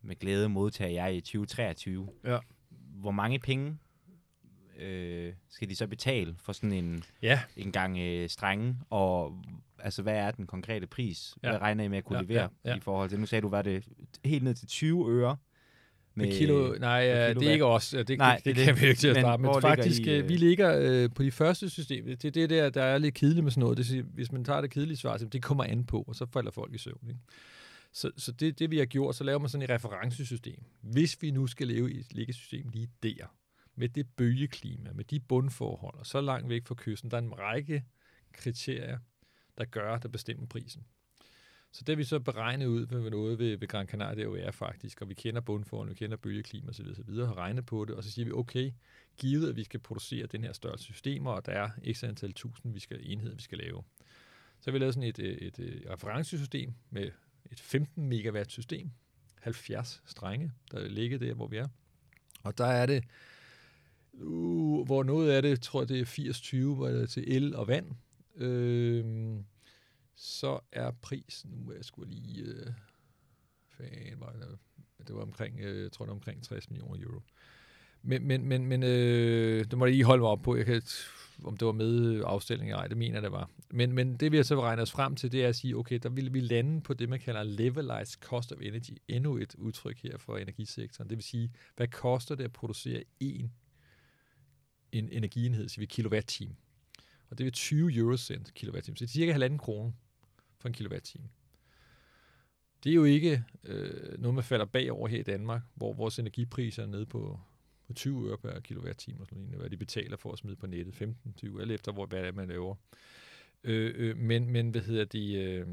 med glæde modtage jer i tyve treogtyve. Ja. Hvor mange penge øh, skal de så betale for sådan en, ja. en gang øh, strenge? Og altså, hvad er den konkrete pris? Ja. Hvad regner I med at kunne ja, levere ja, ja. i forhold til? Nu sagde du, var det helt ned til tyve øre. Med kilo, nej, med det er ikke os. Det, nej, det, det, det kan vi jo ikke til at starte. Men, men faktisk, ligger I, øh... vi ligger øh, på de første systemer. Det er det der, der er lidt kedeligt med sådan noget. Det siger, hvis man tager det kedelige svar, så det kommer an på, og så falder folk i søvn. Ikke? Så, så det, det, vi har gjort, så laver man sådan et referencesystem. Hvis vi nu skal leve i et liggesystem lige der, med det bølgeklima, med de bundforhold, og så langt væk fra kysten, der er en række kriterier, der gør, der bestemmer prisen. Så det har vi så beregnet ud ved noget ved, ved Gran Canaria, det jo er faktisk, og vi kender bundforholdene, vi kender bølgeklima osv., så videre, har regnet på det, og så siger vi, okay, givet at vi skal producere den her størrelse systemer, og der er x antal tusind vi skal, enheder, vi skal lave. Så har vi lavet sådan et, et, et referencesystem med et femten megawatt system, halvfjerds strenge, der ligger der, hvor vi er. Og der er det, uh, hvor noget af det, tror jeg, det er firs tyve, hvor det er til el og vand. Øh, så er prisen, nu er jeg sgu lige, øh, fan, var det, det var omkring, øh, jeg tror det var omkring tres millioner euro. Men, men, men, men øh, det må jeg lige holde mig op på, jeg kan, om det var med afstilling, nej, det mener jeg, det var. Men, men det vi har så regnet os frem til, det er at sige, okay, der vil vi lande på det, man kalder levelized cost of energy. Endnu et udtryk her for energisektoren. Det vil sige, hvad koster det at producere en, en energienhed, så vi kilowatt-time. Og det er tyve eurocent kilowatt-time, så det er cirka halvanden krone for en kilowatt-time. Det er jo ikke øh, noget, man falder bagover her i Danmark, hvor vores energipriser er nede på, på tyve øre per kilowatt-time, og sådan noget, hvad de betaler for at smide på nettet, femten til tyve, eller efter, hvor, hvad det er, man laver. Øh, øh, men, men, hvad hedder det, øh,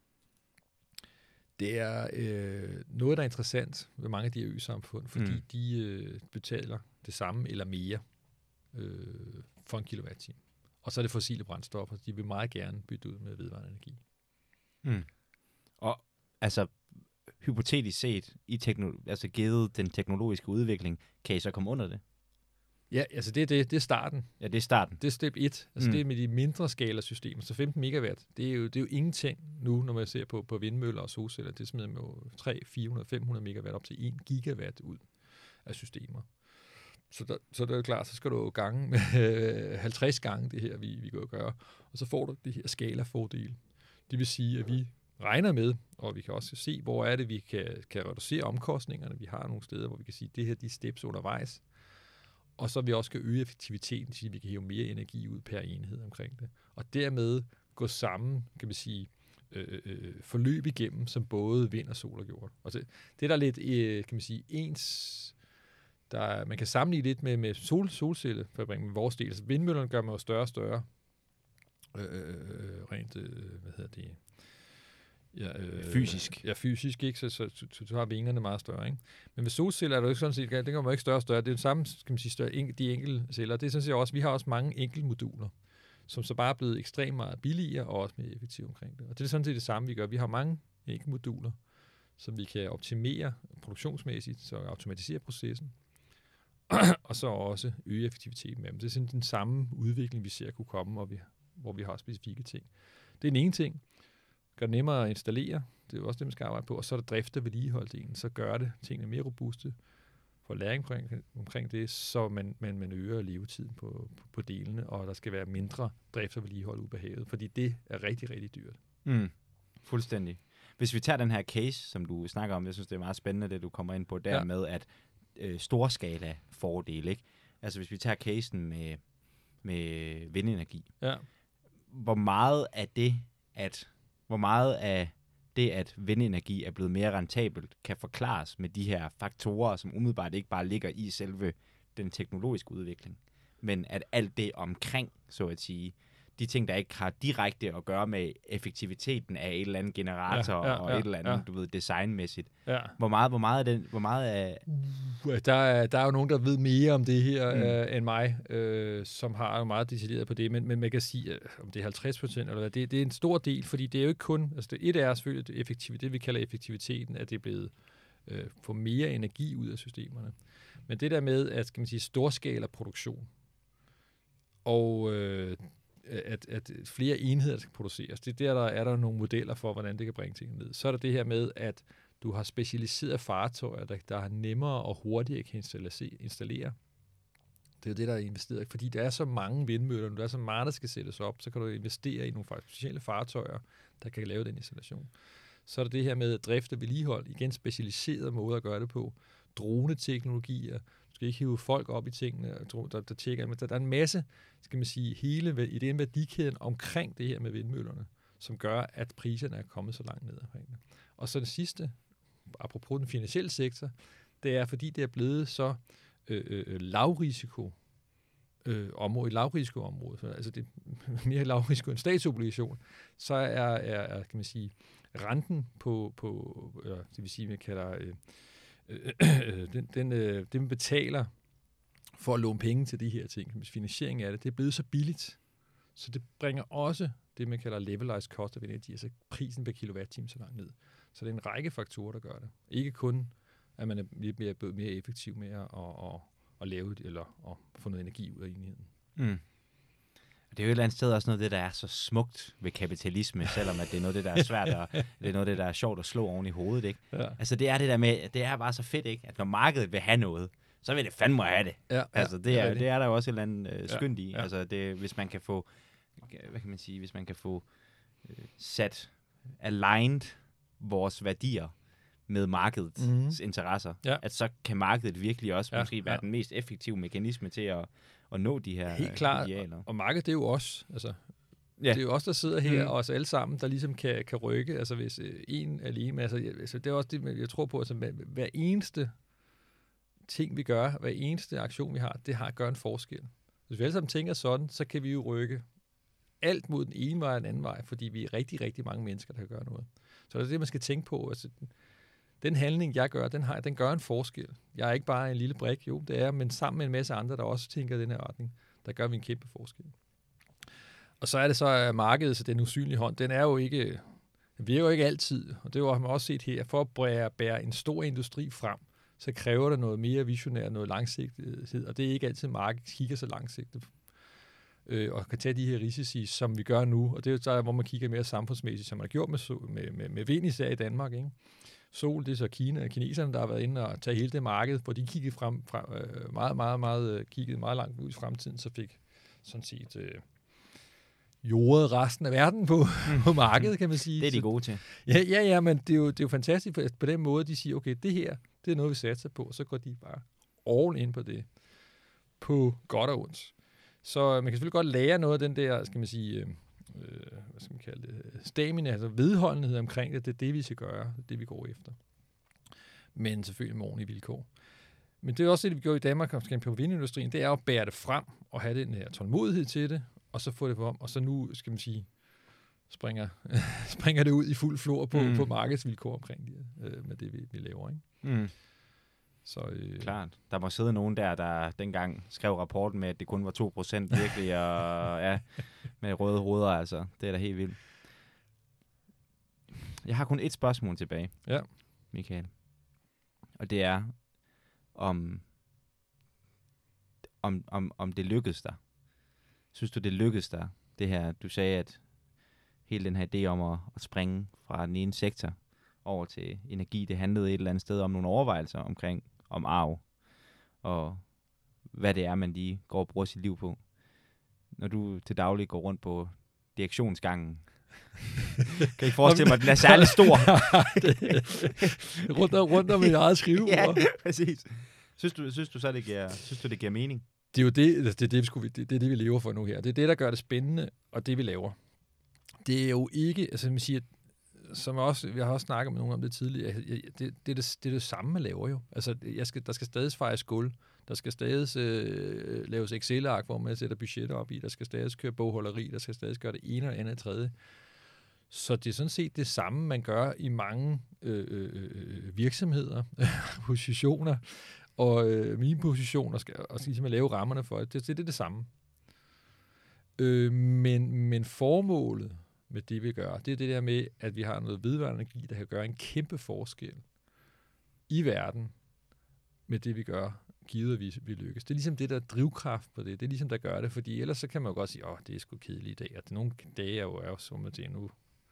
det er øh, noget, der er interessant ved mange af de her ø-samfund, fordi mm. de øh, betaler det samme eller mere øh, for en kilowatt-time. Og så er det fossile brændstoffer, de vil meget gerne bytte ud med vedvarende energi. Mm. Og altså, hypotetisk set, i tekno- altså givet den teknologiske udvikling, kan I så komme under det? Ja, altså det er det, det er starten. Ja, det er starten. Det er step et. Altså Mm. det er med de mindre skala-systemer. Så femten megawatt, det er jo, det er jo ingenting nu, når man ser på, på vindmøller og solceller. Det smider man jo tre, fire hundrede, fem hundrede megawatt op til en gigawatt ud af systemer. Så, der, så det er jo klart, så skal du jo gange med halvtreds gange det her, vi, vi kan gøre. Og så får du det her skala-fordel. Det vil sige, at vi regner med, og vi kan også se, hvor er det, vi kan, kan reducere omkostningerne. Vi har nogle steder, hvor vi kan sige, at det her de steps undervejs. Og så vi også skal øge effektiviteten, så vi kan hive mere energi ud per enhed omkring det. Og dermed gå sammen, kan man sige, øh, øh, forløb igennem, som både vind og sol har gjort. Og det, det er der lidt, øh, kan man sige, ens. Der, man kan sammenligne lidt med, med sol, solcellefabrikken med vores del. Altså vindmøllerne gør man jo større og større. Øh, øh, rent, øh, hvad hedder det? Ja, øh, fysisk. Ja, fysisk, ikke? Så, så, så, så, så har vingerne meget større, ikke? Men ved solceller er det jo ikke sådan set, det gør man ikke større og større. Det er det samme, skal man sige, større, de enkelte celler. Det er sådan set også, vi har også mange enkeltmoduler, som så bare er blevet ekstremt meget billigere og også mere effektive omkring det. Og det er sådan set det samme, vi gør. Vi har mange enkeltmoduler, som vi kan optimere produktionsmæssigt, så automatisere processen, og så også øge effektiviteten med dem. Det er sådan den samme udvikling, vi ser kunne komme, og vi, hvor vi har specifikke ting. Det er den ene ting. Gør det nemmere at installere. Det er jo også det, man skal arbejde på. Og så er der drift og vedligeholddelen. Så gør det tingene mere robuste. For læring omkring det, så man, man, man øger levetiden på, på, på delene, og der skal være mindre drift og vedligehold ude på havet, fordi det er rigtig, rigtig dyrt. Mm. Fuldstændig. Hvis vi tager den her case, som du snakker om, jeg synes, det er meget spændende, det du kommer ind på der ja. med, at øh, storskala fordele, ikke? Altså hvis vi tager casen med, med vindenergi. Ja. Hvor meget af det, at hvor meget af det, at vindenergi er blevet mere rentabelt, kan forklares med de her faktorer, som umiddelbart ikke bare ligger i selve den teknologiske udvikling, men at alt det omkring, så at sige, de ting, der ikke har direkte at gøre med effektiviteten af et eller andet generator ja, ja, og ja, et eller andet, ja. du ved, designmæssigt. Ja. Hvor meget, hvor meget er den, hvor meget er... Uh, der, er, der er jo nogen, der ved mere om det her mm. øh, end mig, øh, som har jo meget detaljeret på det, men, men man kan sige, om det er halvtreds procent eller hvad, det, det er en stor del, fordi det er jo ikke kun, altså det, et er selvfølgelig det, effektiv, det vi kalder effektiviteten, at det er blevet øh, få mere energi ud af systemerne. Men det der med, at skal man sige, storskala produktion, og øh, At, at flere enheder skal produceres. Det der, der er der nogle modeller for, hvordan det kan bringe tingene ned. Så er der det her med, at Du har specialiserede fartøjer, der, der er nemmere og hurtigere kan installere. Det er jo det, der er investeret. Fordi der er så mange vindmøller, der er så meget, der skal sættes op, så kan du investere i nogle specielle fartøjer, der kan lave den installation. Så er der det her med drift og vedligehold. Igen specialiserede måder at gøre det på. Droneteknologier. Du skal ikke hive folk op i tingene, der, der tjekker. Men der, der er en masse, skal man sige, hele i den værdikæden omkring det her med vindmøllerne, som gør, at priserne er kommet så langt ned. Og så det sidste, apropos den finansielle sektor, det er, fordi det er blevet så øh, øh, lavrisiko øh, område, et lavrisikoområde, altså det er mere lavrisiko end statsobligation, så er, er, er kan man sige, renten på, på øh, det vil sige, man kalder øh, øh, øh, den, den, øh, det, man betaler for at låne penge til de her ting, finansiering af det, det er blevet så billigt, så det bringer også det, man kalder levelized cost of energy, altså prisen per kilowatt-time så langt ned. Så det er en række faktorer, der gør det. Ikke kun, at man er lidt mere, mere effektiv med at, at, at, at lave det, eller at få noget energi ud af enheden. Mm. Det er jo et eller andet sted også noget af det, der er så smukt ved kapitalisme, selvom at det er noget af det, der er svært, og det er noget af det, der er sjovt at slå oven i hovedet, ikke? Ja. Altså det er det der med, det er bare så fedt, ikke? At når markedet vil have noget, så vil det fandme have det. Ja, altså det er, det er der jo også et eller andet øh, skynd i. Ja, ja. Altså det, hvis man kan få, hvad kan man sige, hvis man kan få øh, sat aligned vores værdier med markedets mm-hmm. interesser, ja. At så kan markedet virkelig også ja, måske være ja. den mest effektive mekanisme til at, at nå de her helt klart. Idealer. Og markedet, det er jo os. Altså, ja. Det er jo os, der sidder her, mm. og os alle sammen, der ligesom kan, kan rykke. Altså hvis øh, en alene, altså, altså det er også det, jeg tror på, altså hver eneste ting, vi gør, hver eneste aktion, vi har, det har at gøre en forskel. Hvis vi alle sammen tænker sådan, så kan vi jo rykke alt mod den ene vej og den anden vej, fordi vi er rigtig, rigtig mange mennesker, der kan gøre noget. Så det er det, man skal tænke på. Altså, den handling, jeg gør, den, har, den gør en forskel. Jeg er ikke bare en lille brik, jo, det er, men sammen med en masse andre, der også tænker i den her retning, der gør vi en kæmpe forskel. Og så er det så, at markedet, så den usynlige hånd, den er jo ikke, den virker jo ikke altid, og det har man også set her, for at bære, bære en stor industri frem, så kræver der noget mere visionært, noget langsigtighed, og det er ikke altid, at markedet kigger så langsigtet, øh, og kan tage de her risici, som vi gør nu, og det er jo der, hvor man kigger mere samfundsmæssigt, som man har gjort med, med, med, med vind især i Danmark, ikke? Sol, det er så Kina og kineserne, der har været inde og tage hele det marked, hvor de kiggede frem, frem øh, meget, meget, meget, kiggede meget langt ud i fremtiden, så fik sådan set øh, jordet resten af verden på, på markedet, kan man sige. Det er de gode til. Ja, ja, ja, men det er jo, det er jo fantastisk på, på den måde, de siger, okay, det her, det er noget, vi satser på, og så går de bare all in på det, på godt og ondt. Så man kan selvfølgelig godt lære noget af den der, skal man sige, øh, hvad skal man kalde det, stamina, altså vedholdenhed omkring det, det er det, vi skal gøre, det er det, vi går efter. Men selvfølgelig med ordentlige vilkår. Men det er også det, vi gjorde i Danmark, på vindindustrien, det er at bære det frem, og have den her tålmodighed til det, og så få det om, og så nu, skal man sige, springer, springer det ud i fuld flor på, mm. på markedsvilkår omkring det, øh, med det, vi, vi laver, ikke? Mm. Så, øh, klart. Der må sidde nogen der, der dengang skrev rapporten med, at det kun var to procent virkelig, og ja, med røde hoveder, altså. Det er da helt vildt. Jeg har kun et spørgsmål tilbage, ja. Michael. Og det er, om, om, om, om det lykkedes dig. Synes du, det lykkedes dig, det her? Du sagde, at hele den her idé om at, at springe fra den ene sektor over til energi, det handlede et eller andet sted om nogle overvejelser omkring, om arv, og hvad det er, man lige går og bruger sit liv på. Når du til daglig går rundt på direktionsgangen, kan I forestille mig, at den er særlig stor? rundt, om, rundt om mit eget skrivebord. Ja, præcis. Synes du, synes du så, det giver, synes du, det giver mening? Det er jo det, det, er det, vi skulle, det, det er det, vi lever for nu her. Det er det, der gør det spændende, og det, vi laver. Det er jo ikke, altså man siger, som også, jeg har også snakket med nogen om det tidligere, det, det, det, er, det, det er det samme, man laver jo. Altså, jeg skal, der skal stadig fejres gulv, der skal stadig øh, laves Excel-ark, hvor man sætter budgetter op i, der skal stadig køre bogholderi, der skal stadig gøre det ene og andet og tredje. Så det er sådan set det samme, man gør i mange øh, øh, virksomheder, positioner, og øh, mine positioner skal også ligesom at lave rammerne for det. Det, det er det samme. Øh, men, men formålet med det, vi gør, det er det der med, at vi har noget vedvarende energi, der kan gøre en kæmpe forskel i verden med det, vi gør, givet at vi, vi lykkes. Det er ligesom det, der er drivkraft på det. Det er ligesom, der gør det, fordi ellers så kan man jo godt sige, åh, det er sgu kedeligt i dag. Og nogle dage er jo også, som man tænker, nu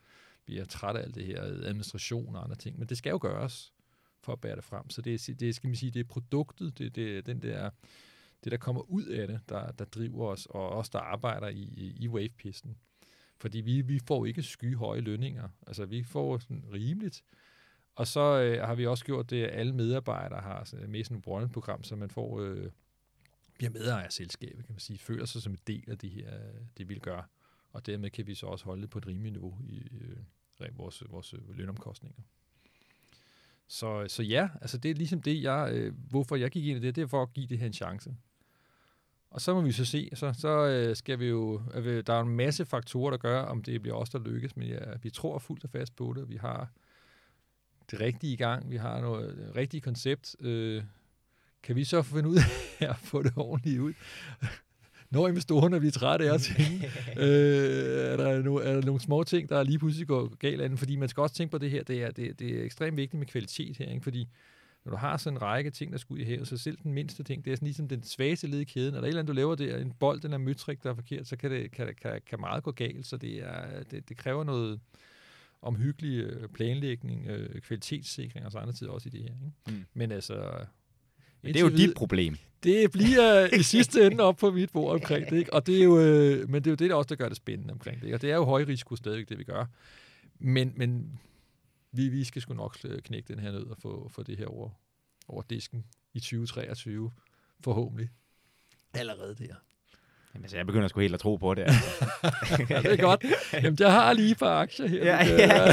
bliver træt af alt det her administration og andre ting. Men det skal jo gøres for at bære det frem. Så det er, det, skal man sige, det er produktet, det, det, den der, det der kommer ud af det, der, der driver os, og os, der arbejder i, i Wave-pisten. Fordi vi, vi får ikke skyhøje lønninger. Altså, vi får sådan rimeligt. Og så øh, har vi også gjort det, at alle medarbejdere har sådan, med sådan et brøndprogram, så man får, øh, bliver medejer af selskabet, kan man sige, føler sig som en del af det her, det vi gør. Og dermed kan vi så også holde det på et rimeligt niveau i øh, vores, vores lønomkostninger. Så, så ja, altså det er ligesom det, jeg, øh, hvorfor jeg gik ind i det, det er for at give det her en chance. Og så må vi så se, så, så øh, skal vi jo, øh, der er en masse faktorer, der gør, om det bliver os, der lykkes, men ja, vi tror fuldt og fast på det. Vi har det rigtige i gang, vi har noget rigtigt koncept. Øh, kan vi så finde ud af at få det ordentligt ud? Når investorerne bliver trætte af at tænke, øh, er, der no, er der nogle små ting, der lige pludselig går galt af den? Fordi man skal også tænke på det her, det er, det, det er ekstremt vigtigt med kvalitet her, ikke? Fordi når du har sådan en række ting, der skal ud i havet, så selv den mindste ting, det er sådan ligesom den svageste led i kæden. Er der et eller andet, du laver der, en bold, den er møtrik, der er forkert, så kan det kan, kan, kan meget gå galt. Så det, er, det, det kræver noget omhyggelig planlægning, øh, kvalitetssikring og så andre tider også i det her. Ikke? Mm. Men altså... Men det er jo dit problem. Det bliver i sidste ende op på mit bord omkring det, ikke? Og det er jo, øh, men det er jo det, der også der gør det spændende omkring det. Ikke? Og det er jo høj risiko stadigvæk, det vi gør. Men, men vi, vi skal sgu nok knække den her ned og få, få det her over, over disken i tyve treogtyve, forhåbentlig. Allerede der. Jamen, altså, jeg begynder sgu helt at tro på det. Altså. Ja, det er godt. Jamen, jeg har lige et par aktier her. Ja, ja,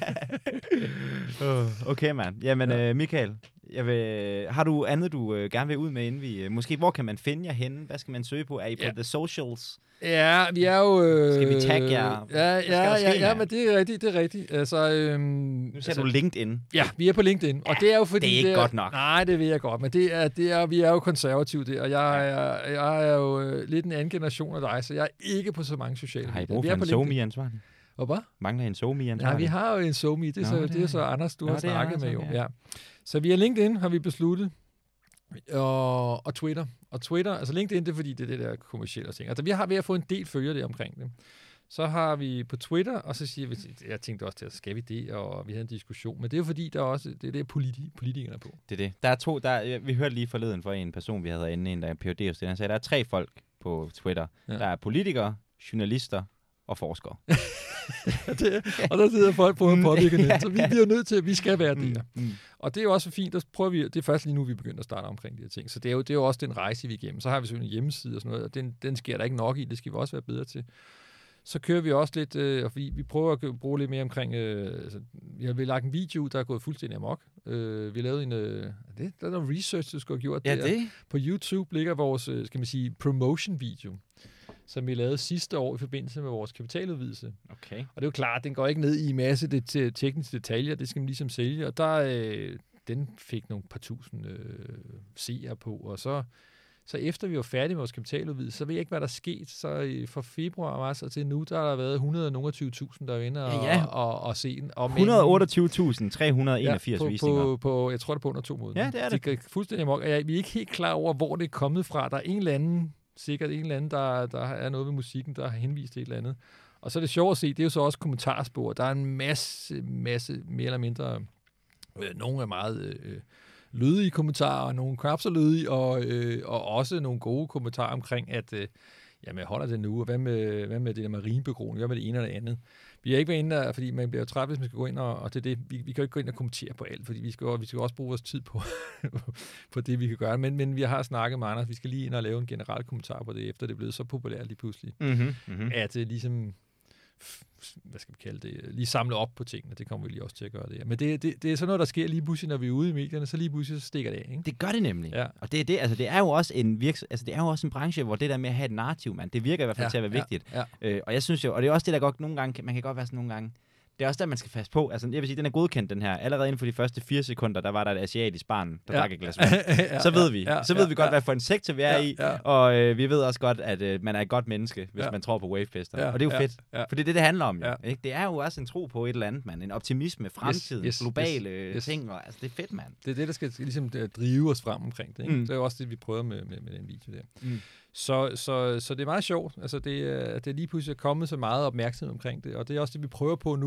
ja. Okay, mand. Jamen, ja. øh, Michael, jeg vil, har du andet, du øh, gerne vil ud med, inden vi... Øh, måske, hvor kan man finde jer henne? Hvad skal man søge på? Er I på ja. The Socials? Ja, vi er jo... Øh, skal vi tagge jer? Ja, ja, ja, ja, men det er rigtigt, det er rigtigt. Altså, øhm, nu ser altså, du LinkedIn. Ja, vi er på LinkedIn, og ja, det er jo fordi... Det er ikke det er, godt nok. Nej, det ved jeg godt, men det er, det er, vi er jo konservative der, og jeg, jeg, jeg er jo øh, lidt en anden generation af dig, så jeg er ikke på så mange sociale medier. Har I brug for en SoMe-ansvarlig? Hvad? Mangler en SoMe-ansvarlig? Ja, vi har jo en SoMe, det er, Nå, så, det, det er så Anders, du Nå, har snakket med jo. Ja. Ja. Så via LinkedIn har vi besluttet, og, og Twitter. Og Twitter, altså LinkedIn, det er fordi, det er det der kommercielle ting. Altså vi har ved at få en del følgere der omkring det. Så har vi på Twitter, og så siger vi, jeg tænkte også til, skal vi det, og vi havde en diskussion, men det er jo fordi, der er også, det er det, politi- politikerne på. Det er det. Der er to, der, vi hørte lige forleden for en person, vi havde inde, en der er P H D-student, han sagde, der er tre folk på Twitter. Ja. Der er politikere, journalister og forskere. det, og der sidder folk på en påvirkning, ja, så vi bliver nødt til, at vi skal være der. Mm, mm. Og det er jo også fint, der prøver vi, det er først lige nu, vi begynder at starte omkring de her ting, så det er jo, det er jo også den rejse, vi er igennem. Så har vi sådan en hjemmeside og sådan noget, og den, den sker der ikke nok i, det skal vi også være bedre til. Så kører vi også lidt, øh, og vi, vi prøver at bruge lidt mere omkring, øh, altså, vi har lagt en video, der er gået fuldstændig amok. Øh, vi har lavet en, øh, det, der er noget research, du skal have gjort ja, der. Det. På YouTube ligger vores, skal man sige, promotion-video, som vi lavede sidste år i forbindelse med vores kapitaludvidelse. Okay. Og det er jo klart, den går ikke ned i masse det, tekniske detaljer, det skal man ligesom sælge, og der, øh, den fik nogle par tusind øh, seere på, og så, så efter vi var færdige med vores kapitaludvidelse, så ved jeg ikke, hvad der er sket. Så fra februar marts og til nu, der har der været et hundrede og tyve tusind, der er inde og, ja, ja. og, og, og se den. Et hundrede og otteogtyve tusind tre hundrede og enogfirs ja, på, visninger. På, på, jeg tror, det er på under to måneder. Ja, det er det. Det er fuldstændig amok. Vi er ikke helt klar over, hvor det er kommet fra. Der er en eller anden, sikkert en eller anden, der, der er noget ved musikken, der har henvist til et eller andet. Og så er det sjovt at se, det er jo så også kommentarspor. Der er en masse, masse mere eller mindre, øh, nogle er meget øh, lødige kommentarer, og nogle knap så lødige, og, øh, og også nogle gode kommentarer omkring, at øh, jamen, holder det nu, og hvad med, hvad med det der marinebegroning, hvad med det ene eller det andet. Vi er ikke været inde der, fordi man bliver træt, hvis man skal gå ind, og, og det er det, vi, vi kan jo ikke gå ind og kommentere på alt, fordi vi skal, vi skal også bruge vores tid på, på det, vi kan gøre. Men, men vi har snakket med Anders, vi skal lige ind og lave en generel kommentar på det, efter det er blevet så populært lige pludselig, mm-hmm, mm-hmm. at det ligesom, hvad skal vi kalde det, lige samle op på tingene, det kommer vi lige også til at gøre det. Men det, det, det er sådan noget, der sker lige pludselig, når vi er ude i medierne, så lige pludselig så stikker det af, ikke? Det gør det nemlig. Ja. Og det er det, altså det er jo også en virks, altså det er jo også en branche, hvor det der med at have et narrativ, man, det virker i hvert fald ja, til at være ja, vigtigt. Ja. Øh, og jeg synes jo, og det er også det, der godt nogle gange, man kan godt være sådan nogle gange, det er også der, man skal passe på. Altså, jeg vil sige, den er godkendt, den her. Allerede inden for de første fire sekunder, der var der et asiatisk barn, der ja. drak et glas vand. ja, så ved vi. Ja, så ved ja, vi godt, ja. hvad for en sektor vi er ja, i. Ja. Og øh, vi ved også godt, at øh, man er et godt menneske, hvis ja. man tror på Wavepester. Ja, og det er jo ja, fedt. Ja. For det er det, det handler om. Jo, ja. ikke? Det er jo også en tro på et eller andet, mand. En optimisme, fremtiden, yes, yes, globale yes, ting. Og, altså, det er fedt, mand. Det er det, der skal ligesom drive os frem omkring det. Ikke? Mm. Det er jo også det, vi prøver med, med, med den video der. Mm. Så, så, så det er meget sjovt. Altså, det, det er lige pludselig kommet så meget opmærksomhed omkring det. Og det er også det, vi prøver på nu,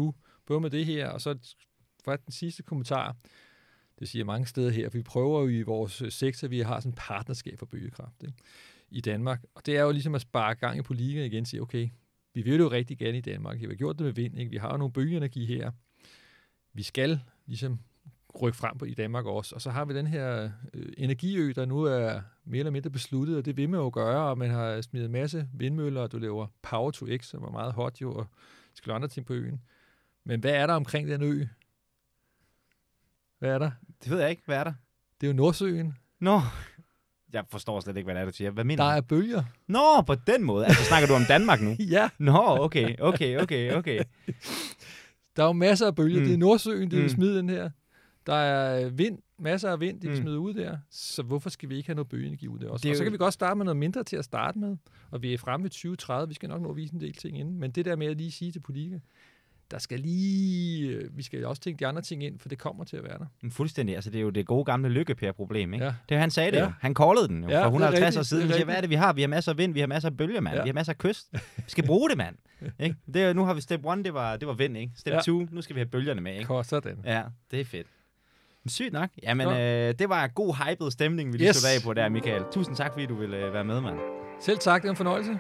både med det her, og så for den sidste kommentar, det siger mange steder her, for vi prøver jo i vores sektor, vi har sådan et partnerskab for bølgekraft, ikke? I Danmark, og det er jo ligesom at spare gang i politikerne igen, og sige, okay, vi vil jo rigtig gerne i Danmark, vi har gjort det med vind, ikke? Vi har jo nogle bølgeenergi her, vi skal ligesom rykke frem på i Danmark også, og så har vi den her øh, energiø, der nu er mere eller mindre besluttet, og det vil man jo gøre, og man har smidt en masse vindmøller, og du laver Power to X, som er meget hot jo, og skal andre ting på øen. Men hvad er der omkring den ø? Hvad er der? Det ved jeg ikke. Hvad er der? Det er jo Nordsøen. Nå, jeg forstår slet ikke, hvad det er, du siger. Hvad mener Der du? er bølger. Nå, på den måde. Altså, snakker du om Danmark nu? Ja. Nå, okay, okay, okay, okay. Der er jo masser af bølger. Mm. Det er Nordsøen, det vil Mm. smide den her. Der er vind, masser af vind, det vil Mm. smide ud der. Så hvorfor skal vi ikke have noget bølgeenergi ud der også? Det er Og så jo- kan vi godt starte med noget mindre til at starte med. Og vi er fremme ved tyve tredive. Vi skal nok nå at vise en del ting inden. Men det der med at lige sige til politikere, der skal lige... Vi skal også tænke de andre ting ind, for det kommer til at være der. Men fuldstændig. Altså, det er jo det gode gamle Lykke-Per-problem, ikke? Ja. Det er, han sagde det Ja. jo. Han callede den jo Ja, for det et er hundrede og halvtreds rigtigt, år siden. det er Han siger, rigtigt. hvad er det, vi har? Vi har masser af vind, vi har masser af bølger, mand. Ja. Vi har masser af kyst. Vi skal bruge det, mand. Ikke? Det, er- nu har vi step one, det var, det var vind, ikke? Step Ja. two, nu skal vi have bølgerne med, ikke? Kort, sådan. Ja, det er fedt. Men sygt nok. Jamen, Ja. øh, det var god hyped stemning, vi lige Yes. stod af på der, Michael. Tusind tak, fordi du ville øh, være med, mand. Selv tak, det er en fornøjelse.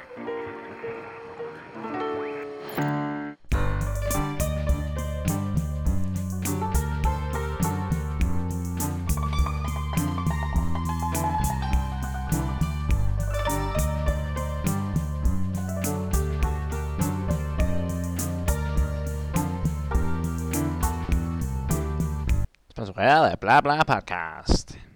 Sponsoreret af Bla Bla Podcast.